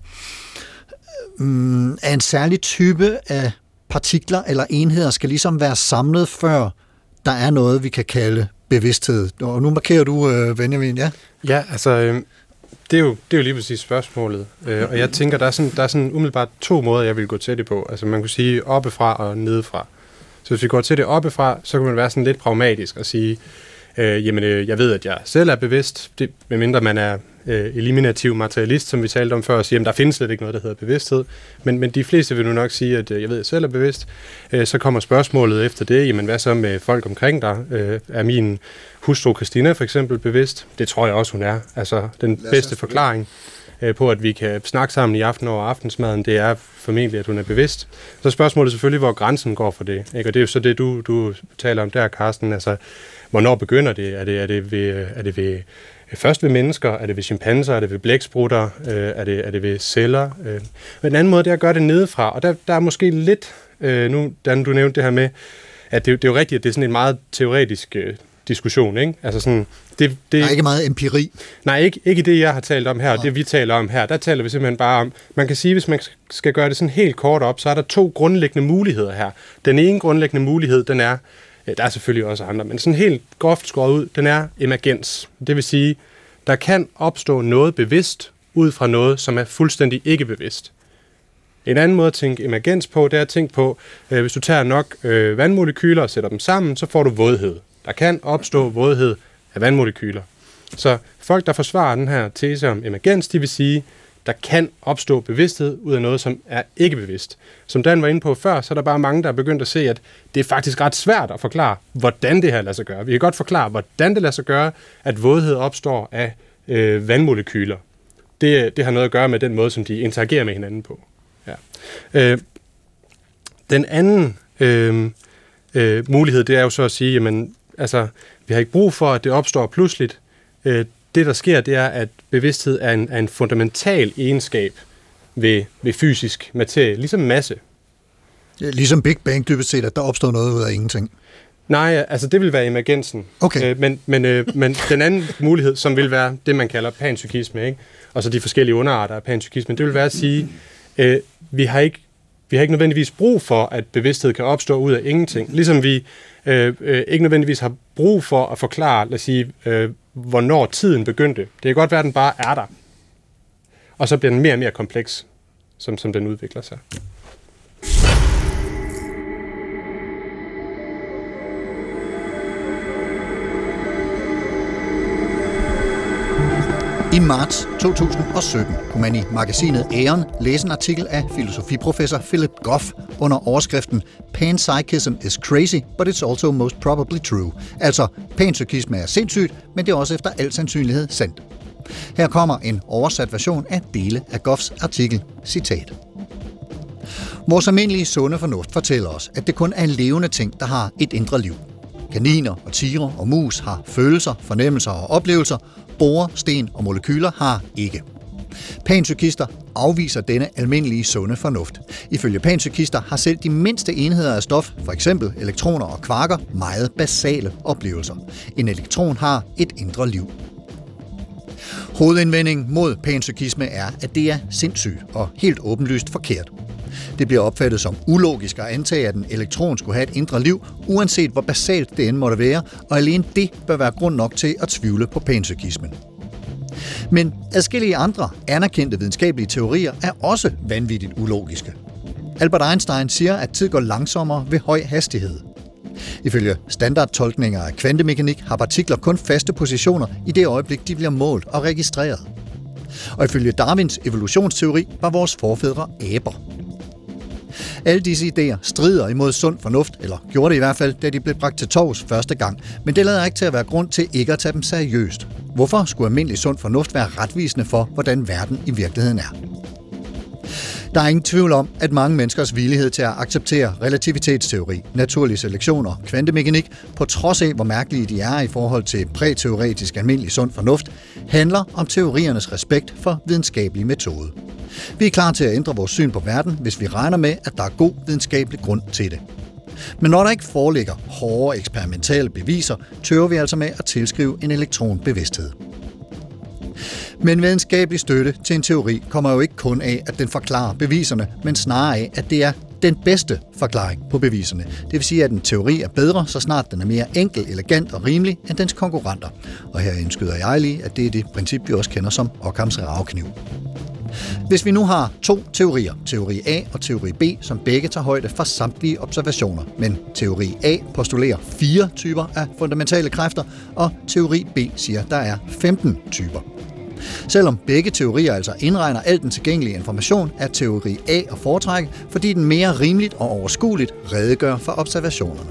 af en særlig type af partikler eller enheder skal ligesom være samlet, før der er noget, vi kan kalde bevidsthed. Og nu markerer du, øh, Benjamin, ja? Ja, altså, øh, det, er jo, det er jo lige præcis spørgsmålet. Øh, og jeg tænker, der er, sådan, der er sådan umiddelbart to måder, jeg vil gå til det på. Altså, man kunne sige oppefra og nedefra. Så hvis vi går til det oppefra, så kan man være sådan lidt pragmatisk og sige, øh, jamen, øh, jeg ved, at jeg selv er bevidst, det, medmindre man er øh, eliminativ materialist, som vi talte om før, og siger, at der findes slet ikke noget, der hedder bevidsthed. Men, men de fleste vil nu nok sige, at øh, jeg ved, at jeg selv er bevidst. Øh, så kommer spørgsmålet efter det, jamen hvad så med folk omkring dig? Øh, er min hustru Christina for eksempel bevidst? Det tror jeg også, hun er. Altså den bedste forklaring øh, på, at vi kan snakke sammen i aften over aftensmaden, det er formentlig, at hun er bevidst. Så er spørgsmålet selvfølgelig, hvor grænsen går for det. Ikke? Og det er jo så det, du, du taler om der, Carsten. Altså, hvornår begynder det? Er det, er det, ved, er det ved, først ved mennesker? Er det ved chimpanser? Er det ved blæksprutter? Øh, er, det, er det ved celler? Øh. Men en anden måde, det er at gøre det nedefra. Og der, der er måske lidt, øh, nu Dan, du nævnte det her med, at det, det er jo rigtigt, at det er sådan en meget teoretisk øh, diskussion, ikke? Altså sådan, det, det, der er ikke meget empiri. Nej, ikke, ikke det, jeg har talt om her, og det vi taler om her. Der taler vi simpelthen bare om, man kan sige, hvis man skal gøre det sådan helt kort op, så er der to grundlæggende muligheder her. Den ene grundlæggende mulighed, den er, der er selvfølgelig også andre, men sådan helt groft skåret ud, den er emergens. Det vil sige, der kan opstå noget bevidst ud fra noget, som er fuldstændig ikke bevidst. En anden måde at tænke emergens på, det er at tænke på, øh, hvis du tager nok øh, vandmolekyler og sætter dem sammen, så får du vådhed. Der kan opstå vådhed af vandmolekyler. Så folk, der forsvarer den her tese om emergens, de vil sige, der kan opstå bevidsthed ud af noget, som er ikke bevidst. Som Dan var inde på før, så er der bare mange, der er begyndt at se, at det er faktisk ret svært at forklare, hvordan det her lader sig gøre. Vi kan godt forklare, hvordan det lader sig gøre, at vådhed opstår af øh, vandmolekyler. Det, det har noget at gøre med den måde, som de interagerer med hinanden på. Ja. Øh, den anden øh, øh, mulighed, det er jo så at sige, jamen, altså, vi har ikke brug for, at det opstår pludseligt. Øh, det, der sker, det er, at bevidsthed er en, er en fundamental egenskab ved, ved fysisk materie, ligesom masse. Ja, ligesom Big Bang dybest set, at der opstår noget ud af ingenting. Nej, altså det vil være emergensen. Okay. Øh, men, men, øh, men den anden mulighed, som vil være det, man kalder panpsykisme, ikke? Og så de forskellige underarter af panpsykisme, det vil være at sige, øh, vi har ikke vi har ikke nødvendigvis brug for, at bevidsthed kan opstå ud af ingenting. Ligesom vi øh, øh, ikke nødvendigvis har brug for at forklare, lad os sige, øh, hvornår tiden begyndte. Det kan godt være, at den bare er der. Og så bliver den mere og mere kompleks, som, som den udvikler sig. I marts to tusind og sytten kunne man i magasinet Æren læse en artikel af filosofiprofessor Philip Goff under overskriften Panpsychism is crazy, but it's also most probably true. Altså, panpsykisme er sindssygt, men det er også efter al sandsynlighed sandt. Her kommer en oversat version af dele af Goffs artikel. Citat. Vores almindelige sunde fornuft fortæller os, at det kun er levende ting, der har et indre liv. Kaniner og tigre og mus har følelser, fornemmelser og oplevelser. Borer, sten og molekyler har ikke. Panpsykister afviser denne almindelige sunde fornuft. Ifølge panpsykister har selv de mindste enheder af stof, for eksempel elektroner og kvarker, meget basale oplevelser. En elektron har et indre liv. Hovedindvendingen mod panpsykisme er, at det er sindssygt og helt åbenlyst forkert. Det bliver opfattet som ulogisk at antage, at en elektron skulle have et indre liv, uanset hvor basalt det end måtte være, og alene det bør være grund nok til at tvivle på panpsykismen. Men adskillige andre anerkendte videnskabelige teorier er også vanvittigt ulogiske. Albert Einstein siger, at tid går langsommere ved høj hastighed. Ifølge standardtolkninger af kvantemekanik har partikler kun faste positioner i det øjeblik, de bliver målt og registreret. Og ifølge Darwins evolutionsteori var vores forfædre aber. Alle disse idéer strider imod sund fornuft, eller gjorde det i hvert fald, da de blev bragt til torvs første gang, men det lader ikke til at være grund til ikke at tage dem seriøst. Hvorfor skulle almindelig sund fornuft være retvisende for, hvordan verden i virkeligheden er? Der er ingen tvivl om, at mange menneskers villighed til at acceptere relativitetsteori, naturlig selektion og kvantemekanik, på trods af hvor mærkelige de er i forhold til præteoretisk almindelig sund fornuft, handler om teoriernes respekt for videnskabelig metode. Vi er klar til at ændre vores syn på verden, hvis vi regner med, at der er god videnskabelig grund til det. Men når der ikke foreligger hårde eksperimentale beviser, tøver vi altså med at tilskrive en elektron bevidsthed. Men videnskabelig støtte til en teori kommer jo ikke kun af, at den forklarer beviserne, men snarere af, at det er den bedste forklaring på beviserne. Det vil sige, at en teori er bedre, så snart den er mere enkel, elegant og rimelig end dens konkurrenter. Og her indskyder jeg lige, at det er det princip, vi også kender som Ockhams ravekniv. Hvis vi nu har to teorier, teori A og teori B, som begge tager højde for samtlige observationer, men teori A postulerer fire typer af fundamentale kræfter, og teori B siger, at der er femten typer. Selvom begge teorier altså indregner al den tilgængelige information, er teori A at foretrække, fordi den mere rimeligt og overskueligt redegør for observationerne.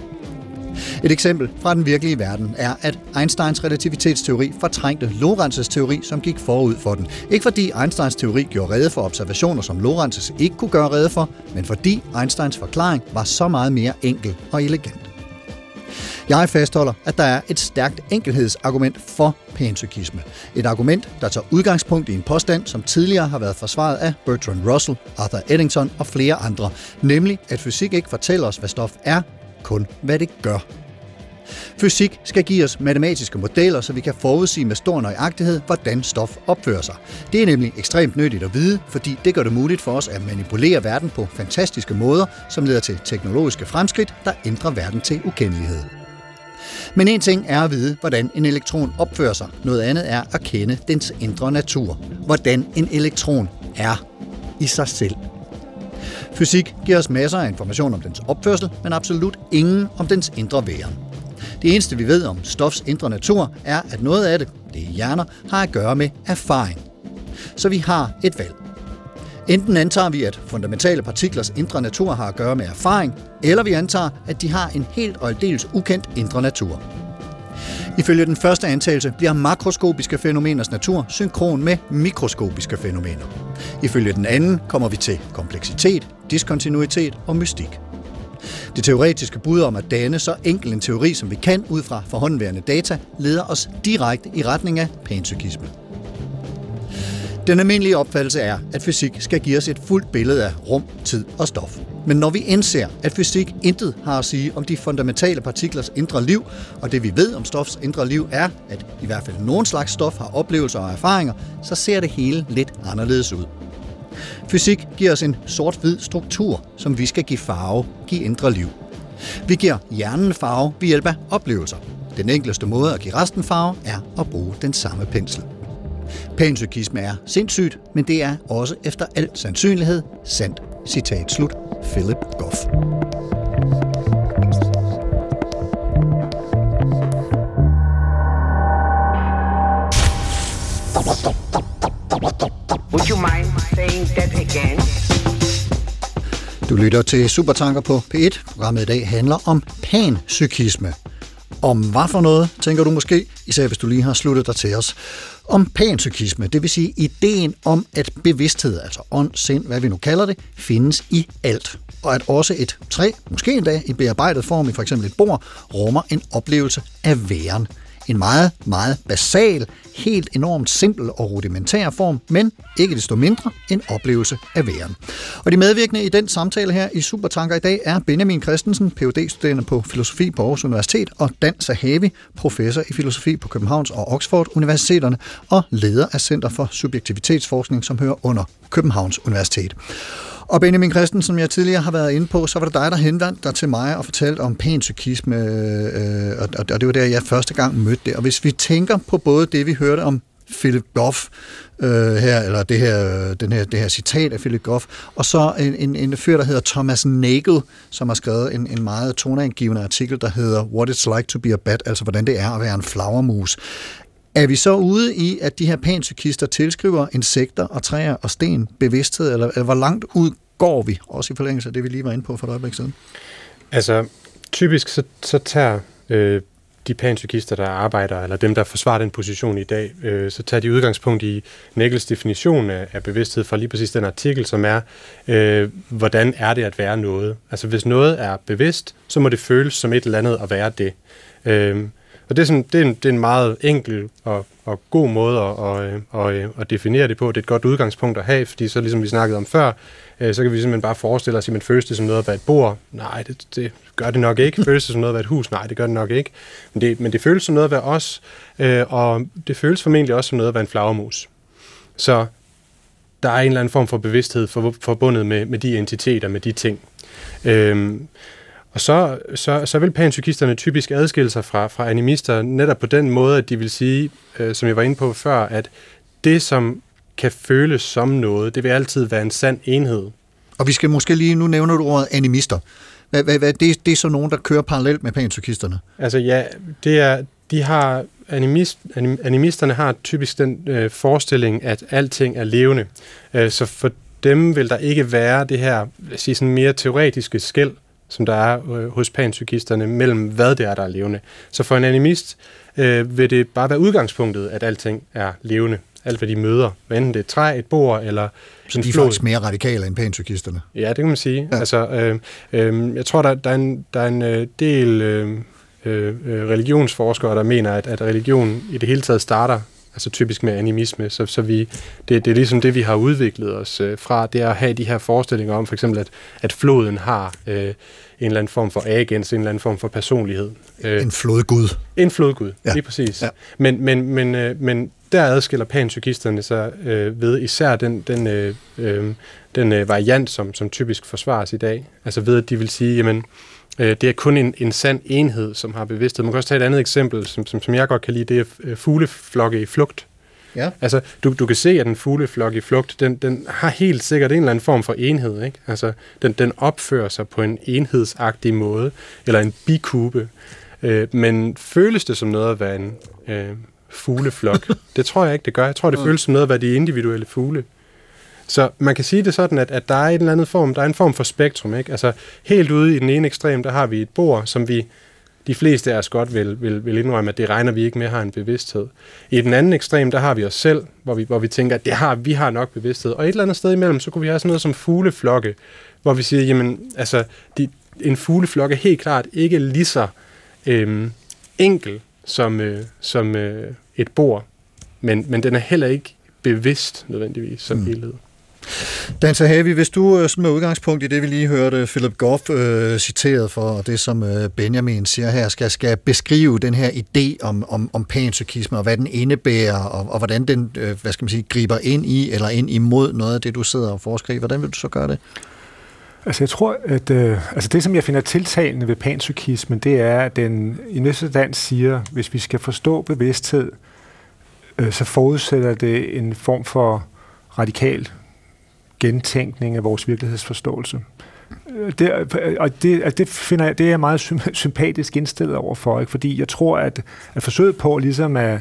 Et eksempel fra den virkelige verden er, at Einsteins relativitetsteori fortrængte Lorentzes teori, som gik forud for den. Ikke fordi Einsteins teori gjorde rede for observationer, som Lorentzes ikke kunne gøre rede for, men fordi Einsteins forklaring var så meget mere enkel og elegant. Jeg fastholder, at der er et stærkt enkelhedsargument for panpsykisme. Et argument, der tager udgangspunkt i en påstand, som tidligere har været forsvaret af Bertrand Russell, Arthur Eddington og flere andre, nemlig at fysik ikke fortæller os, hvad stof er, kun hvad det gør. Fysik skal give os matematiske modeller, så vi kan forudsige med stor nøjagtighed, hvordan stof opfører sig. Det er nemlig ekstremt nyttigt at vide, fordi det gør det muligt for os at manipulere verden på fantastiske måder, som leder til teknologiske fremskridt, der ændrer verden til ukendelighed. Men en ting er at vide, hvordan en elektron opfører sig. Noget andet er at kende dens indre natur. Hvordan en elektron er i sig selv. Fysik giver os masser af information om dens opførsel, men absolut ingen om dens indre væren. Det eneste vi ved om stofs indre natur er, at noget af det, det er hjerner, har at gøre med erfaring. Så vi har et valg. Enten antager vi, at fundamentale partiklers indre natur har at gøre med erfaring, eller vi antager, at de har en helt og aldeles ukendt indre natur. Ifølge den første antagelse bliver makroskopiske fænomeners natur synkron med mikroskopiske fænomener. Ifølge den anden kommer vi til kompleksitet, diskontinuitet og mystik. Det teoretiske bud om at danne så enkel en teori, som vi kan ud fra forhåndenværende data, leder os direkte i retning af panpsykisme. Den almindelige opfattelse er, at fysik skal give os et fuldt billede af rum, tid og stof. Men når vi indser, at fysik intet har at sige om de fundamentale partiklers indre liv, og det vi ved om stofs indre liv er, at i hvert fald nogen slags stof har oplevelser og erfaringer, så ser det hele lidt anderledes ud. Fysik giver os en sort-hvid struktur, som vi skal give farve, give indre liv. Vi giver hjernen farve ved hjælp af oplevelser. Den enkleste måde at give resten farve er at bruge den samme pensel. Panpsykisme er sindssygt, men det er også efter al sandsynlighed sandt. Citat slut. Philip Goff. Would you mind saying that again? Du lytter til Supertanker på P et. Programmet i dag handler om panpsykisme. Om hvad for noget, tænker du måske, især hvis du lige har sluttet dig til os. Om panpsykisme, det vil sige ideen om, at bevidsthed, altså ånd, sind, hvad vi nu kalder det, findes i alt. Og at også et træ, måske endda i bearbejdet form i f.eks. et bord, rummer en oplevelse af væren. En meget, meget basal, helt enormt simpel og rudimentær form, men ikke desto mindre en oplevelse af væren. Og de medvirkende i den samtale her i Supertanker i dag er Benjamin Christensen, P H D-studerende på filosofi på Aarhus Universitet, og Dan Zahavi, professor i filosofi på Københavns og Oxford Universiteterne, og leder af Center for Subjektivitetsforskning, som hører under Københavns Universitet. Og Benjamin Christensen, som jeg tidligere har været inde på, så var det dig, der henvendte dig til mig og fortalte om panpsykisme, øh, og, og det var der, jeg første gang mødte det. Og hvis vi tænker på både det, vi hørte om Philip Goff øh, her, eller det her, den her, det her citat af Philip Goff, og så en, en, en fyr, der hedder Thomas Nagel, som har skrevet en, en meget toneangivende artikel, der hedder What It's Like to be a Bat, altså hvordan det er at være en flagermus. Er vi så ude i, at de her panpsykister tilskriver insekter og træer og sten bevidsthed, eller, eller hvor langt ud går vi, også i forlængelse af det, vi lige var inde på for et øjeblik siden? Altså, typisk så, så tager øh, de panpsykister, der arbejder, eller dem, der forsvarer den position i dag, øh, så tager de udgangspunkt i Nagels definition af, af bevidsthed fra lige præcis den artikel, som er, øh, hvordan er det at være noget? Altså, hvis noget er bevidst, så må det føles som et eller andet at være det. Øh, Og det er, sådan, det, er en, det er en meget enkel og, og god måde at, at, at, at definere det på. Det er et godt udgangspunkt at have, fordi så ligesom vi snakkede om før, så kan vi simpelthen bare forestille os, at man føles det som noget at være et bord. Nej, det, det gør det nok ikke. Føles det som noget at være et hus? Nej, det gør det nok ikke. Men det, men det føles som noget at være os, og det føles formentlig også som noget at være en flagermus. Så der er en eller anden form for bevidsthed for, forbundet med, med de entiteter, med de ting. Øhm, Og så, så, så vil panpsykisterne typisk adskille sig fra, fra animister netop på den måde, at de vil sige, øh, som jeg var inde på før, at det, som kan føles som noget, det vil altid være en sand enhed. Og vi skal måske lige, nu nævner du ordet animister. Hvad, hvad, hvad, det, det er så nogen, der kører parallelt med panpsykisterne? Altså ja, det er, de har, animist, anim, animisterne har typisk den øh, forestilling, at alting er levende. Øh, så for dem vil der ikke være det her, lad os sige, sådan mere teoretiske skel, som der er øh, hos panpsykisterne, mellem hvad det er, der er levende. Så for en animist øh, vil det bare være udgangspunktet, at alting er levende. Alt, hvad de møder. Hvad enten det er et træ, et bord, eller så de er faktisk mere radikale end panpsykisterne? Ja, det kan man sige. Ja. Altså, øh, øh, jeg tror, der, der er en, der er en del øh, øh, religionsforskere, der mener, at, at religion i det hele taget starter altså typisk med animisme, så, så vi, det, det er ligesom det, vi har udviklet os øh, fra, det er at have de her forestillinger om, for eksempel, at, at floden har øh, en eller anden form for agens, en eller anden form for personlighed. Øh, en flodgud. En flodgud, ja. Lige præcis. Ja. Men, men, men, øh, men der adskiller panpsykisterne sig øh, ved især den, den, øh, øh, den øh, variant, som, som typisk forsvares i dag. Altså ved, at de vil sige, jamen, det er kun en, en sand enhed, som har bevidsthed. Man kan også tage et andet eksempel, som, som, som jeg godt kan lide, det er fugleflokke i flugt. Ja. Altså, du, du kan se, at en fugleflok i flugt, den, den har helt sikkert en eller anden form for enhed, ikke? Altså, den, den opfører sig på en enhedsagtig måde, eller en bikube. Øh, men føles det som noget at være en øh, fugleflok? Det tror jeg ikke, det gør. Jeg tror, det føles som noget at være de individuelle fugle. Så man kan sige det sådan, at, at der er en eller anden form, der er en form for spektrum, ikke? Altså helt ude i den ene ekstrem, der har vi et bord, som vi, de fleste af os godt vil, vil, vil indrømme, at det regner vi ikke med har en bevidsthed. I den anden ekstrem, der har vi os selv, hvor vi, hvor vi tænker, at det har, vi har nok bevidsthed. Og et eller andet sted imellem, så kunne vi have sådan noget som fugleflokke, hvor vi siger, jamen, altså, de, en fugleflok er helt klart ikke lige så øhm, enkel som, øh, som øh, et bord, men, men den er heller ikke bevidst nødvendigvis som mm. helhed. Dan Zahavi, hvis du med udgangspunkt i det, vi lige hørte Philip Goff øh, citeret for, og det som øh, Benjamin siger her, skal, skal beskrive den her idé om, om, om panpsykisme, og hvad den indebærer, og, og hvordan den øh, hvad skal man sige, griber ind i, eller ind imod noget af det, du sidder og forsker i. Hvordan vil du så gøre det? Altså jeg tror, at øh, altså det, som jeg finder tiltalende ved panpsykismen, det er, at den i næste dans siger, hvis vi skal forstå bevidsthed, øh, så forudsætter det en form for radikal gentænkning af vores virkelighedsforståelse. Det, og det, det finder jeg, det er jeg meget sympatisk indstillet overfor, ikke? Fordi jeg tror, at, at forsøget på ligesom at,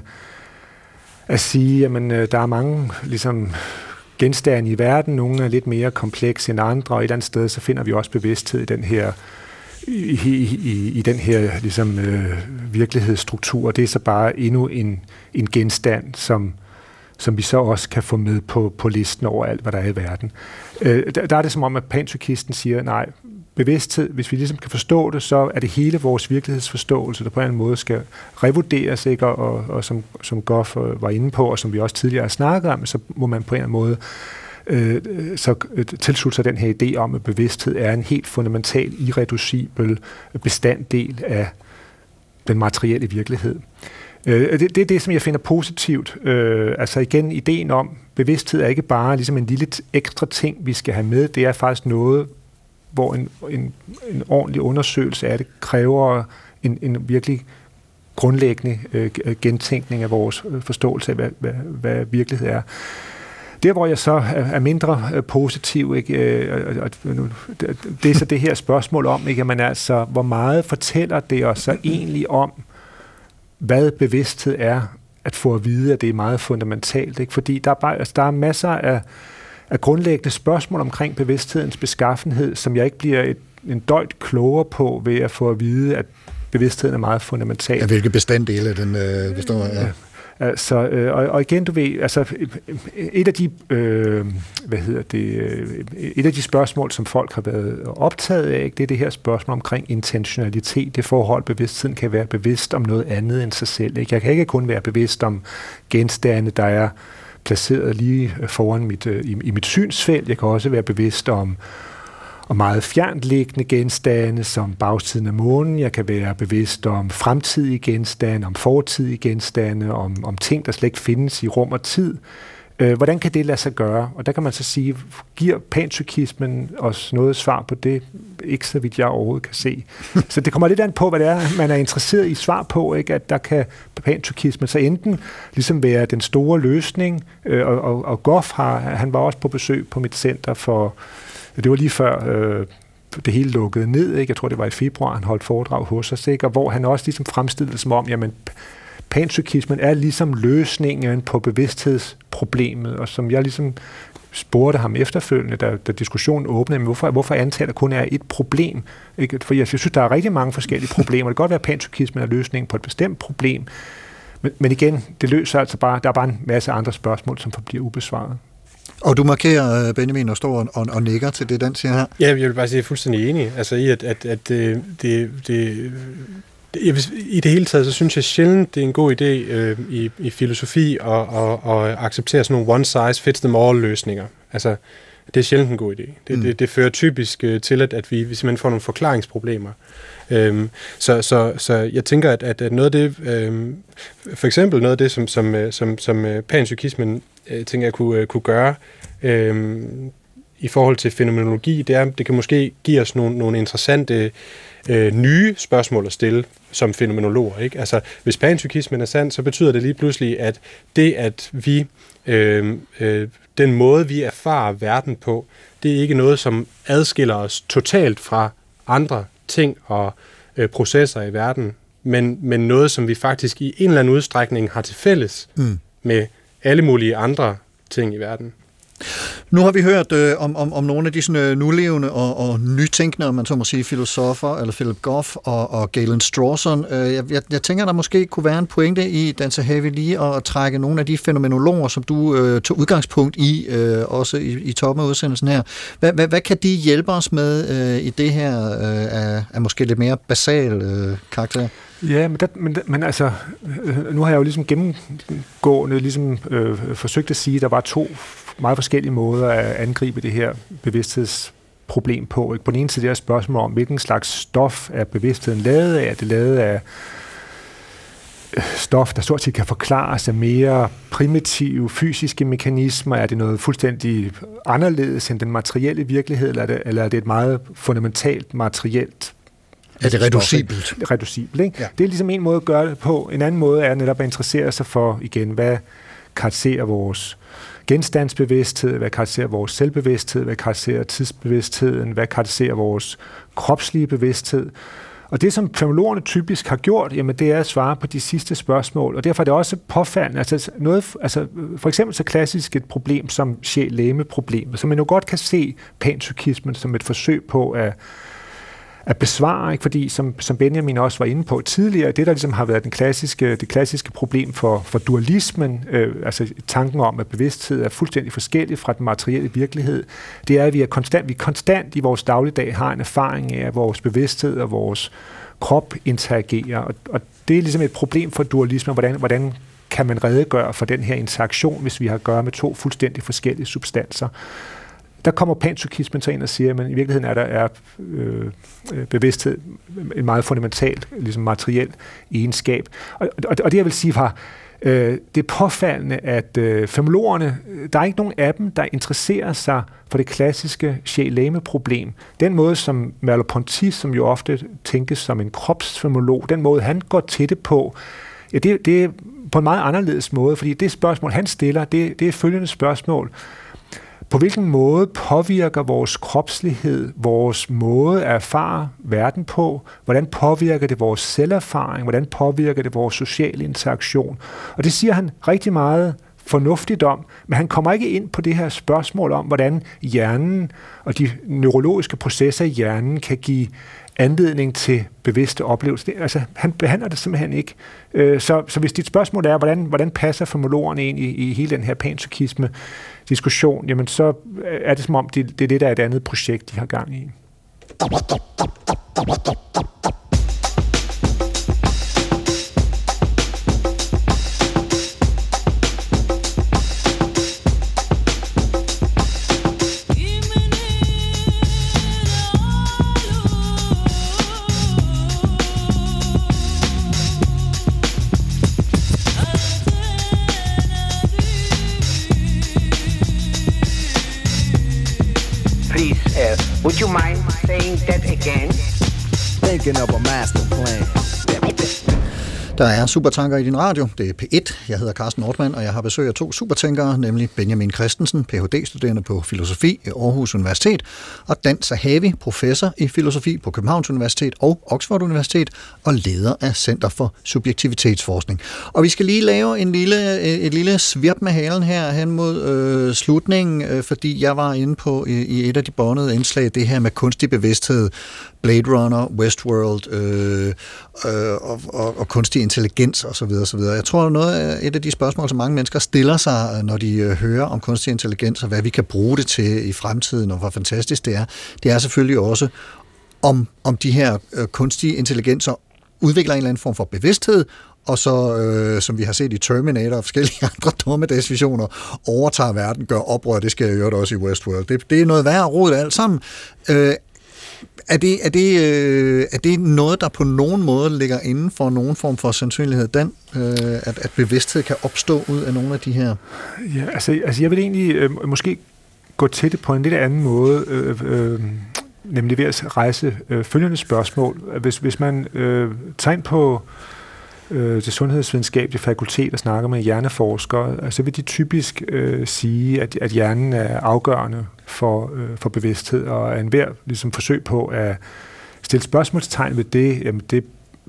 at sige, jamen der er mange ligesom genstande i verden, nogle er lidt mere komplekse end andre, og et eller andet sted, så finder vi også bevidsthed i den her i, i, i, i den her ligesom øh, virkelighedsstruktur. Det er så bare endnu en, en genstand, som som vi så også kan få med på, på listen over alt, hvad der er i verden. Øh, der, der er det som om, at panpsykisten siger, nej, bevidsthed, hvis vi ligesom kan forstå det, så er det hele vores virkelighedsforståelse, der på en eller anden måde skal revurderes, ikke? Og, og, og som, som Goff var inde på, og som vi også tidligere har snakket om, så må man på en eller anden måde øh, så tilslutte sig den her idé om, at bevidsthed er en helt fundamental, irreducibel bestanddel af den materielle virkelighed. Det, det er det, som jeg finder positivt. Øh, altså igen, ideen om bevidsthed er ikke bare ligesom en lille ekstra ting, vi skal have med. Det er faktisk noget, hvor en, en, en ordentlig undersøgelse af det kræver en, en virkelig grundlæggende øh, gentænkning af vores forståelse af, hvad, hvad, hvad virkelighed er. Der, hvor jeg så er, er mindre øh, positiv, ikke, øh, og, og, det er så det her spørgsmål om, ikke, at man altså, hvor meget fortæller det os så egentlig om, hvad bevidsthed er, at få at vide, at det er meget fundamentalt. Ikke? Fordi der er, bare, altså, der er masser af, af grundlæggende spørgsmål omkring bevidsthedens beskaffenhed, som jeg ikke bliver et, en døjt klogere på ved at få at vide, at bevidstheden er meget fundamental. Ja, hvilke bestanddele den øh, består af? Ja. Altså, øh, og, og igen, du ved, altså, et af de, øh, hvad hedder det, et af de spørgsmål, som folk har været optaget af, ikke, det er det her spørgsmål omkring intentionalitet, det forhold, bevidstheden kan være bevidst om noget andet end sig selv. Ikke? Jeg kan ikke kun være bevidst om genstande, der er placeret lige foran mit, i, i mit synsfelt. Jeg kan også være bevidst om og meget fjerntliggende genstande, som bagsiden af månen. Jeg kan være bevidst om fremtidige genstande, om fortidige genstande, om, om ting, der slet ikke findes i rum og tid. Øh, hvordan kan det lade sig gøre? Og der kan man så sige, giver panpsykismen os noget svar på det? Ikke så vidt jeg overhovedet kan se. Så det kommer lidt an på, hvad det er, man er interesseret i svar på, ikke? At der kan panpsykismen så enten ligesom være den store løsning, øh, og, og, og Goff har, han var også på besøg på mit center for det var lige før øh, det hele lukkede ned, ikke? Jeg tror, det var i februar, han holdt foredrag hos os, ikke? Og hvor han også ligesom fremstillede som om, jamen, panpsykismen er ligesom løsningen på bevidsthedsproblemet, og som jeg ligesom spurgte ham efterfølgende, da, da diskussionen åbnede, men hvorfor, hvorfor antager der kun er et problem? Ikke? For jeg synes, der er rigtig mange forskellige problemer. Det kan godt være, at panpsykismen er løsningen på et bestemt problem, men, men igen, det løser altså bare, der er bare en masse andre spørgsmål, som forbliver ubesvaret. Og du markerer, Benjamin, og står og, og nikker til det, den siger her. Ja, jeg vil bare sige, at jeg er fuldstændig enig. Altså i, at, at, at det, det, det, det, i det hele taget, så synes jeg sjældent, det er en god idé øh, i, i filosofi at, at, at acceptere sådan nogle one-size-fits-them-all-løsninger. Altså, det er sjældent en god idé. Det, mm. det, det fører typisk til, at, at vi simpelthen får nogle forklaringsproblemer. Øhm, så, så, så jeg tænker, at, at noget af det, øhm, for eksempel noget af det, som, som, som, som panpsykismen øh, tænker jeg kunne, øh, kunne gøre øhm, i forhold til fænomenologi, det er, det kan måske give os nogle, nogle interessante øh, nye spørgsmål at stille som fænomenologer. Ikke? Altså, hvis panpsykismen er sand, så betyder det lige pludselig, at det, at vi øh, øh, den måde, vi erfarer verden på, det er ikke noget, som adskiller os totalt fra andre ting og øh, processer i verden, men, men noget, som vi faktisk i en eller anden udstrækning har til fælles mm. med alle mulige andre ting i verden. Nu har vi hørt øh, om, om, om nogle af de sådan, nulevende og, og nytænkende, om man så må sige, filosofer, eller Philip Goff og, og Galen Strawson. Øh, jeg, jeg tænker, der måske kunne være en pointe i, Dan Zahavi, lige at trække nogle af de fænomenologer, som du øh, tog udgangspunkt i, øh, også i, i toppen af udsendelsen her. Hvad, hvad, hvad kan de hjælpe os med øh, i det her øh, af, af måske lidt mere basal øh, karakter? Ja, men, der, men, men altså, nu har jeg jo ligesom gennemgående ligesom, øh, forsøgt at sige, at der var to meget forskellige måder at angribe det her bevidsthedsproblem på. Ikke? På den ene side er det spørgsmål om, hvilken slags stof er bevidstheden lavet af. Er det lavet af stof, der stort set kan forklares af mere primitive fysiske mekanismer? Er det noget fuldstændig anderledes end den materielle virkelighed, eller er det, eller er det et meget fundamentalt materielt? Er det reducibelt? Reducibelt, ikke? Ja. Det er ligesom en måde at gøre det på. En anden måde er netop at interessere sig for, igen, hvad karakteriserer vores genstandsbevidsthed, hvad karakteriserer vores selvbevidsthed, hvad karakteriserer tidsbevidstheden, hvad karakteriserer vores kropslige bevidsthed. Og det, som fænomenologerne typisk har gjort, jamen, det er at svare på de sidste spørgsmål, og derfor er det også påfaldende. Altså noget, altså for eksempel så klassisk et problem som sjæl-læme-problemet, som man jo godt kan se panpsykismen som et forsøg på at at besvare, ikke? Fordi som, som Benjamin også var inde på tidligere, det der ligesom har været den klassiske, det klassiske problem for, for dualismen, øh, altså tanken om, at bevidsthed er fuldstændig forskellig fra den materielle virkelighed, det er, at vi er konstant, vi konstant i vores dagligdag har en erfaring af, at vores bevidsthed og vores krop interagerer, og, og det er ligesom et problem for dualismen, hvordan, hvordan kan man redegøre for den her interaktion, hvis vi har at gøre med to fuldstændig forskellige substanser. Der kommer panpsykismen så ind og siger, at i virkeligheden er der er, øh, bevidsthed en meget fundamental, ligesom materiel egenskab. Og, og, og det jeg vil sige var, øh, det er påfaldende, at øh, fænomenologerne, der er ikke nogen af dem, der interesserer sig for det klassiske sjæl-læme-problem. Den måde, som Merleau-Ponty, som jo ofte tænkes som en kropsfænomenolog, den måde, han går til det på, ja, det, det er på en meget anderledes måde, fordi det spørgsmål, han stiller, det, det er følgende spørgsmål. På hvilken måde påvirker vores kropslighed, vores måde at erfare verden på? Hvordan påvirker det vores selverfaring? Hvordan påvirker det vores sociale interaktion? Og det siger han rigtig meget fornuftigt om, men han kommer ikke ind på det her spørgsmål om, hvordan hjernen og de neurologiske processer i hjernen kan give anledning til bevidste oplevelser. Det, altså, han behandler det simpelthen ikke. Øh, så, så hvis dit spørgsmål er, hvordan, hvordan passer fænomenologerne ind i, i hele den her panpsykisme-diskussion, jamen så er det som om, det, det er det, der er et andet projekt, de har gang i. Would you mind saying that again? Thinking of a master plan. Der er Supertanker i din radio. Det er P et. Jeg hedder Carsten Nordmann, og jeg har besøg af to supertænkere, nemlig Benjamin Christensen, P H D-studerende på filosofi i Aarhus Universitet, og Dan Zahavi, professor i filosofi på Københavns Universitet og Oxford Universitet, og leder af Center for Subjektivitetsforskning. Og vi skal lige lave en lille, et lille svirp med halen her hen mod øh, slutningen, øh, fordi jeg var inde på i, i et af de båndede indslag, det her med kunstig bevidsthed, Blade Runner, Westworld øh, øh, og, og, og kunstig intelligens osv. osv. Jeg tror, noget af et af de spørgsmål, som mange mennesker stiller sig, når de øh, hører om kunstig intelligens, og hvad vi kan bruge det til i fremtiden, og hvor fantastisk det er, det er selvfølgelig også, om, om de her øh, kunstige intelligenser udvikler en eller anden form for bevidsthed, og så, øh, som vi har set i Terminator og forskellige andre dommedagsvisioner, overtager verden, gør oprør, det skal jeg jo også i Westworld. Det, det er noget værre råd alt sammen. Øh, Er det, er, det, øh, er det noget, der på nogen måde ligger inden for nogen form for sandsynlighed, Dan, øh, at, at bevidsthed kan opstå ud af nogle af de her? Ja, altså, altså jeg vil egentlig øh, måske gå til det på en lidt anden måde, øh, øh, nemlig ved at rejse øh, følgende spørgsmål. Hvis, hvis man øh, tager ind på øh, det sundhedsvidenskabelige fakultet og snakker med hjerneforskere, så vil de typisk øh, sige, at, at hjernen er afgørende for, øh, for bevidsthed, og enhver ligesom forsøg på at stille spørgsmålstegn ved det, jamen det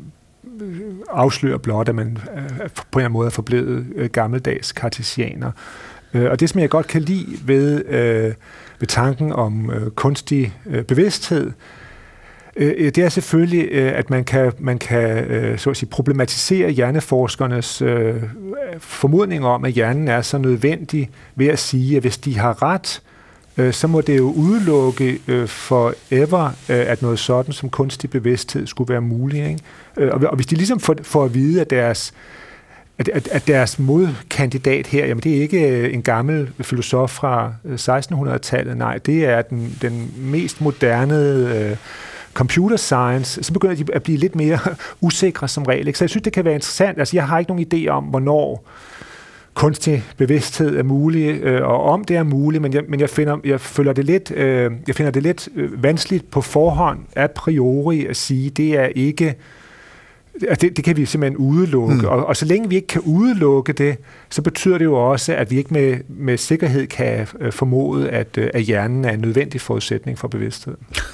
afslører blot, at man øh, på en eller anden måde er forblevet øh, gammeldags kartesianer. Øh, og det, som jeg godt kan lide ved, øh, ved tanken om øh, kunstig øh, bevidsthed, øh, det er selvfølgelig, øh, at man kan, man kan øh, så at sige, problematisere hjerneforskernes øh, formodninger om, at hjernen er så nødvendig ved at sige, at hvis de har ret, øh, så må det jo udelukke øh, forever, øh, at noget sådan som kunstig bevidsthed skulle være muligt. Ikke? Øh, og, og hvis de ligesom får, får at vide, at deres At, at, at deres modkandidat her, jamen det er ikke en gammel filosof fra sekstenhundredetallet, nej, det er den, den mest moderne øh, computer science, så begynder de at blive lidt mere usikre som regel. Ikke? Så jeg synes, det kan være interessant. Altså, jeg har ikke nogen idé om, hvornår kunstig bevidsthed er mulig, øh, og om det er muligt, men jeg, men jeg, finder, jeg, føler det lidt, øh, jeg finder det lidt øh, vanskeligt på forhånd a priori at sige, det er ikke Det, det kan vi simpelthen udelukke, mm. og, og så længe vi ikke kan udelukke det, så betyder det jo også, at vi ikke med, med sikkerhed kan øh, formode, at, øh, at hjernen er en nødvendig forudsætning for bevidsthed.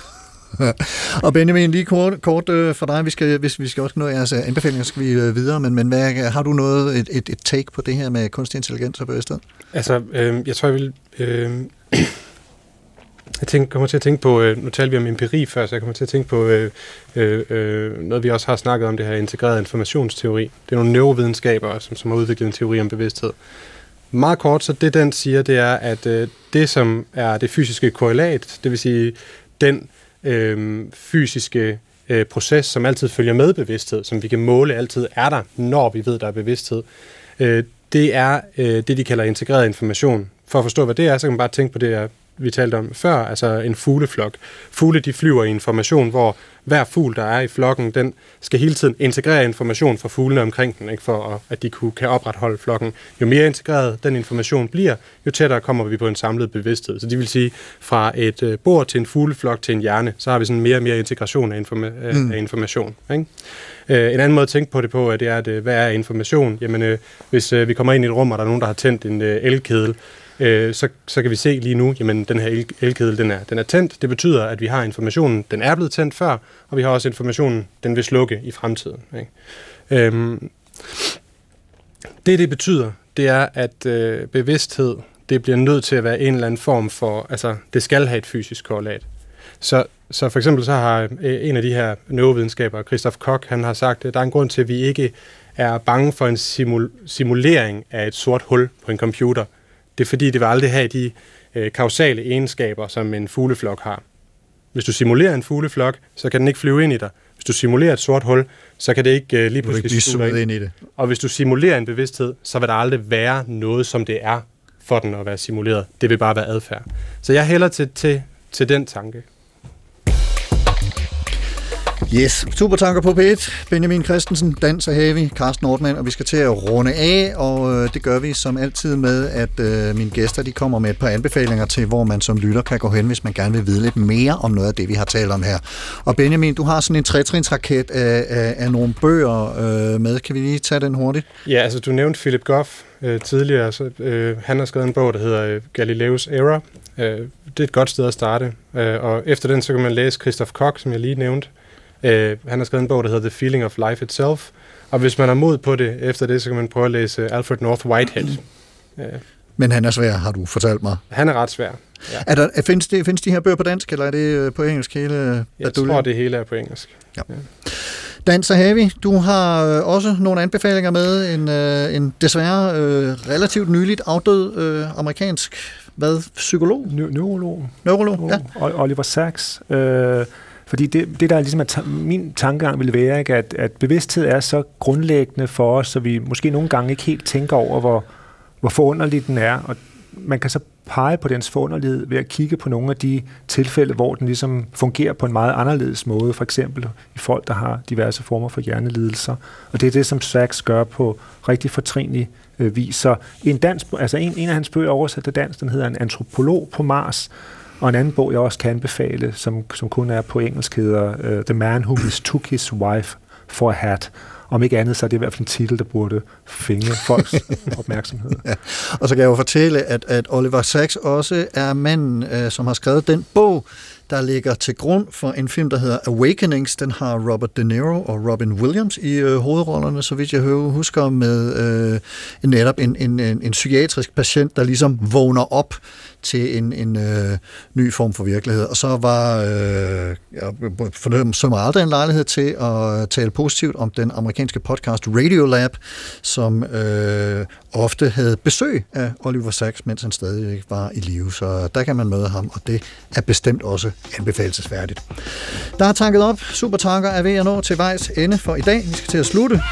Og Benjamin, lige kort, kort øh, for dig, vi skal, hvis vi skal også nå jeres anbefalinger, skal vi øh, videre, men, men hvad, har du noget, et, et, et take på det her med kunstig intelligens og bevidsthed? Altså, øh, jeg tror, jeg vil... Øh Jeg tænker, kommer til at tænke på, nu talte vi om empiri før, så jeg kommer til at tænke på øh, øh, noget, vi også har snakket om, det her integreret informationsteori. Det er nogle neurovidenskaber, som, som har udviklet en teori om bevidsthed. Meget kort, så det den siger, det er, at øh, det som er det fysiske korrelat, det vil sige den øh, fysiske øh, proces, som altid følger med bevidsthed, som vi kan måle altid er der, når vi ved, der er bevidsthed, øh, det er øh, det, de kalder integreret information. For at forstå, hvad det er, så kan man bare tænke på det her, vi talte om før, altså en fugleflok. Fugle, de flyver i en formation, hvor hver fugl, der er i flokken, den skal hele tiden integrere information fra fuglene omkring den, ikke, for at de kan opretholde flokken. Jo mere integreret den information bliver, jo tættere kommer vi på en samlet bevidsthed. Så det vil sige, fra et bord til en fugleflok til en hjerne, så har vi sådan mere og mere integration af, informa- mm. af information. Ikke? En anden måde at tænke på det på, det er, at hvad er information? Jamen, hvis vi kommer ind i et rum, og der er nogen, der har tændt en elkedel, Så, så kan vi se lige nu, jamen den her elkedel, den er, den er tændt. Det betyder, at vi har informationen, den er blevet tændt før, og vi har også informationen, den vil slukke i fremtiden. Ikke? Øhm, det, det betyder, det er, at øh, bevidsthed, det bliver nødt til at være en eller anden form for, altså det skal have et fysisk korrelat. Så, så for eksempel så har øh, en af de her neurovidenskabere, Christoph Koch, han har sagt, at der er en grund til, at vi ikke er bange for en simul- simulering af et sort hul på en computer. Det er fordi, det vil aldrig have de øh, kausale egenskaber, som en fugleflok har. Hvis du simulerer en fugleflok, så kan den ikke flyve ind i dig. Hvis du simulerer et sort hul, så kan det ikke øh, lige pludselig blive suget ind i det. Og hvis du simulerer en bevidsthed, så vil der aldrig være noget, som det er for den at være simuleret. Det vil bare være adfærd. Så jeg hælder til, til, til den tanke. Yes, Supertanker på P et. Benjamin Christensen, Dan Zahavi, Carsten Ortmann, og vi skal til at runde af, og øh, det gør vi som altid med, at øh, mine gæster de kommer med et par anbefalinger til, hvor man som lytter kan gå hen, hvis man gerne vil vide lidt mere om noget af det, vi har talt om her. Og Benjamin, du har sådan en tretrinsraket af, af, af nogle bøger øh, med. Kan vi lige tage den hurtigt? Ja, altså du nævnte Philip Goff øh, tidligere. Så, øh, han har skrevet en bog, der hedder øh, Galileos Error. Øh, det er et godt sted at starte. Øh, og efter den, så kan man læse Christoph Koch, som jeg lige nævnte. Uh, han har skrevet en bog, der hedder The Feeling of Life Itself, og hvis man er mod på det efter det, så kan man prøve at læse Alfred North Whitehead. Uh, Men han er svær, har du fortalt mig. Han er ret svær, ja. Er der, findes, det, findes de her bøger på dansk, eller er det på engelsk hele? Jeg tror, det hele er på engelsk. Ja. Ja. Dan Zahavi, du har også nogle anbefalinger med. En, en desværre øh, relativt nyligt afdød øh, amerikansk hvad, psykolog? Neurolog. Neurolog, ja. Oliver Sacks. Øh, Fordi det, det der ligesom er ta- min tankegang ville være, ikke, at, at bevidsthed er så grundlæggende for os, så vi måske nogle gange ikke helt tænker over, hvor, hvor forunderlig den er. Og man kan så pege på dens forunderlighed ved at kigge på nogle af de tilfælde, hvor den ligesom fungerer på en meget anderledes måde. For eksempel i folk, der har diverse former for hjernelidelser. Og det er det, som Sacks gør på rigtig fortrinlig øh, vis. Så en, dansk, altså en, en af hans bøger oversat til dansk, den hedder En antropolog på Mars. Og en anden bog, jeg også kan anbefale, som, som kun er på engelsk, hedder uh, The Man Who Mistook His Wife for a Hat. Om ikke andet, så er det i hvert fald en titel, der burde fænge folks opmærksomhed. Ja. Og så kan jeg jo fortælle, at, at Oliver Sacks også er manden, uh, som har skrevet den bog, der ligger til grund for en film, der hedder Awakenings. Den har Robert De Niro og Robin Williams i øh, hovedrollerne, så vidt jeg husker, med øh, netop en, en, en, en psykiatrisk patient, der ligesom vågner op til en, en øh, ny form for virkelighed. Og så var øh, jeg fornømmer aldrig en lejlighed til at tale positivt om den amerikanske podcast Radiolab, som øh, ofte havde besøg af Oliver Sacks, mens han stadig var i live. Så der kan man møde ham, og det er bestemt også anbefalelsesværdigt. Der er tanket op. Supertanker er ved at nå til vejs ende for i dag. Vi skal til at slutte.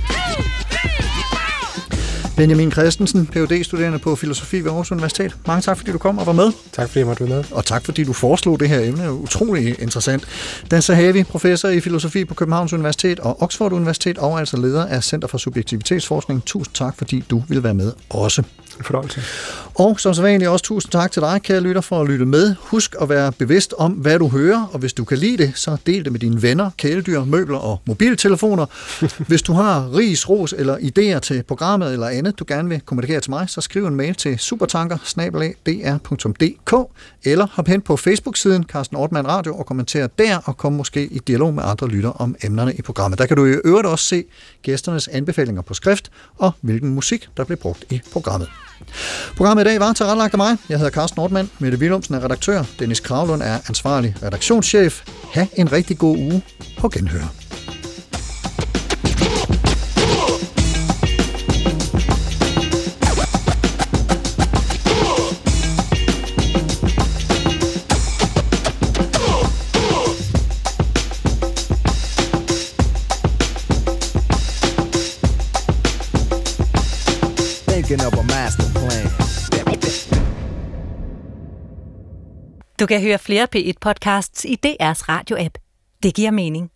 Benjamin Christensen, P H D-studerende på filosofi ved Aarhus Universitet. Mange tak, fordi du kom og var med. Tak, fordi jeg måtte være med. Og tak, fordi du foreslog det her emne. Det er utrolig interessant. Dan Zahavi, professor i filosofi på Københavns Universitet og Oxford Universitet, og altså leder af Center for Subjektivitetsforskning. Tusind tak, fordi du ville være med også. Fornøjelse. Og som sædvanligt også tusind tak til dig, kære lytter, for at lytte med. Husk at være bevidst om, hvad du hører, og hvis du kan lide det, så del det med dine venner, kæledyr, møbler og mobiltelefoner. Hvis du har ris, ros eller idéer til programmet eller andet, du gerne vil kommunikere til mig, så skriv en mail til supertanker snabel-a d r punktum d k eller hop hen på Facebook-siden Carsten Ortmann Radio og kommenter der, og kom måske i dialog med andre lytter om emnerne i programmet. Der kan du i øvrigt også se gæsternes anbefalinger på skrift og hvilken musik, der bliver brugt i programmet. Programmet i dag var tilrettelagt af mig. Jeg hedder Carsten Ortmann. Mette Willumsen er redaktør. Dennis Kravlund er ansvarlig redaktionschef. Ha' en rigtig god uge. På genhør. Of a master plan. Du kan høre flere P et podcasts i D R's radio-app. Det giver mening.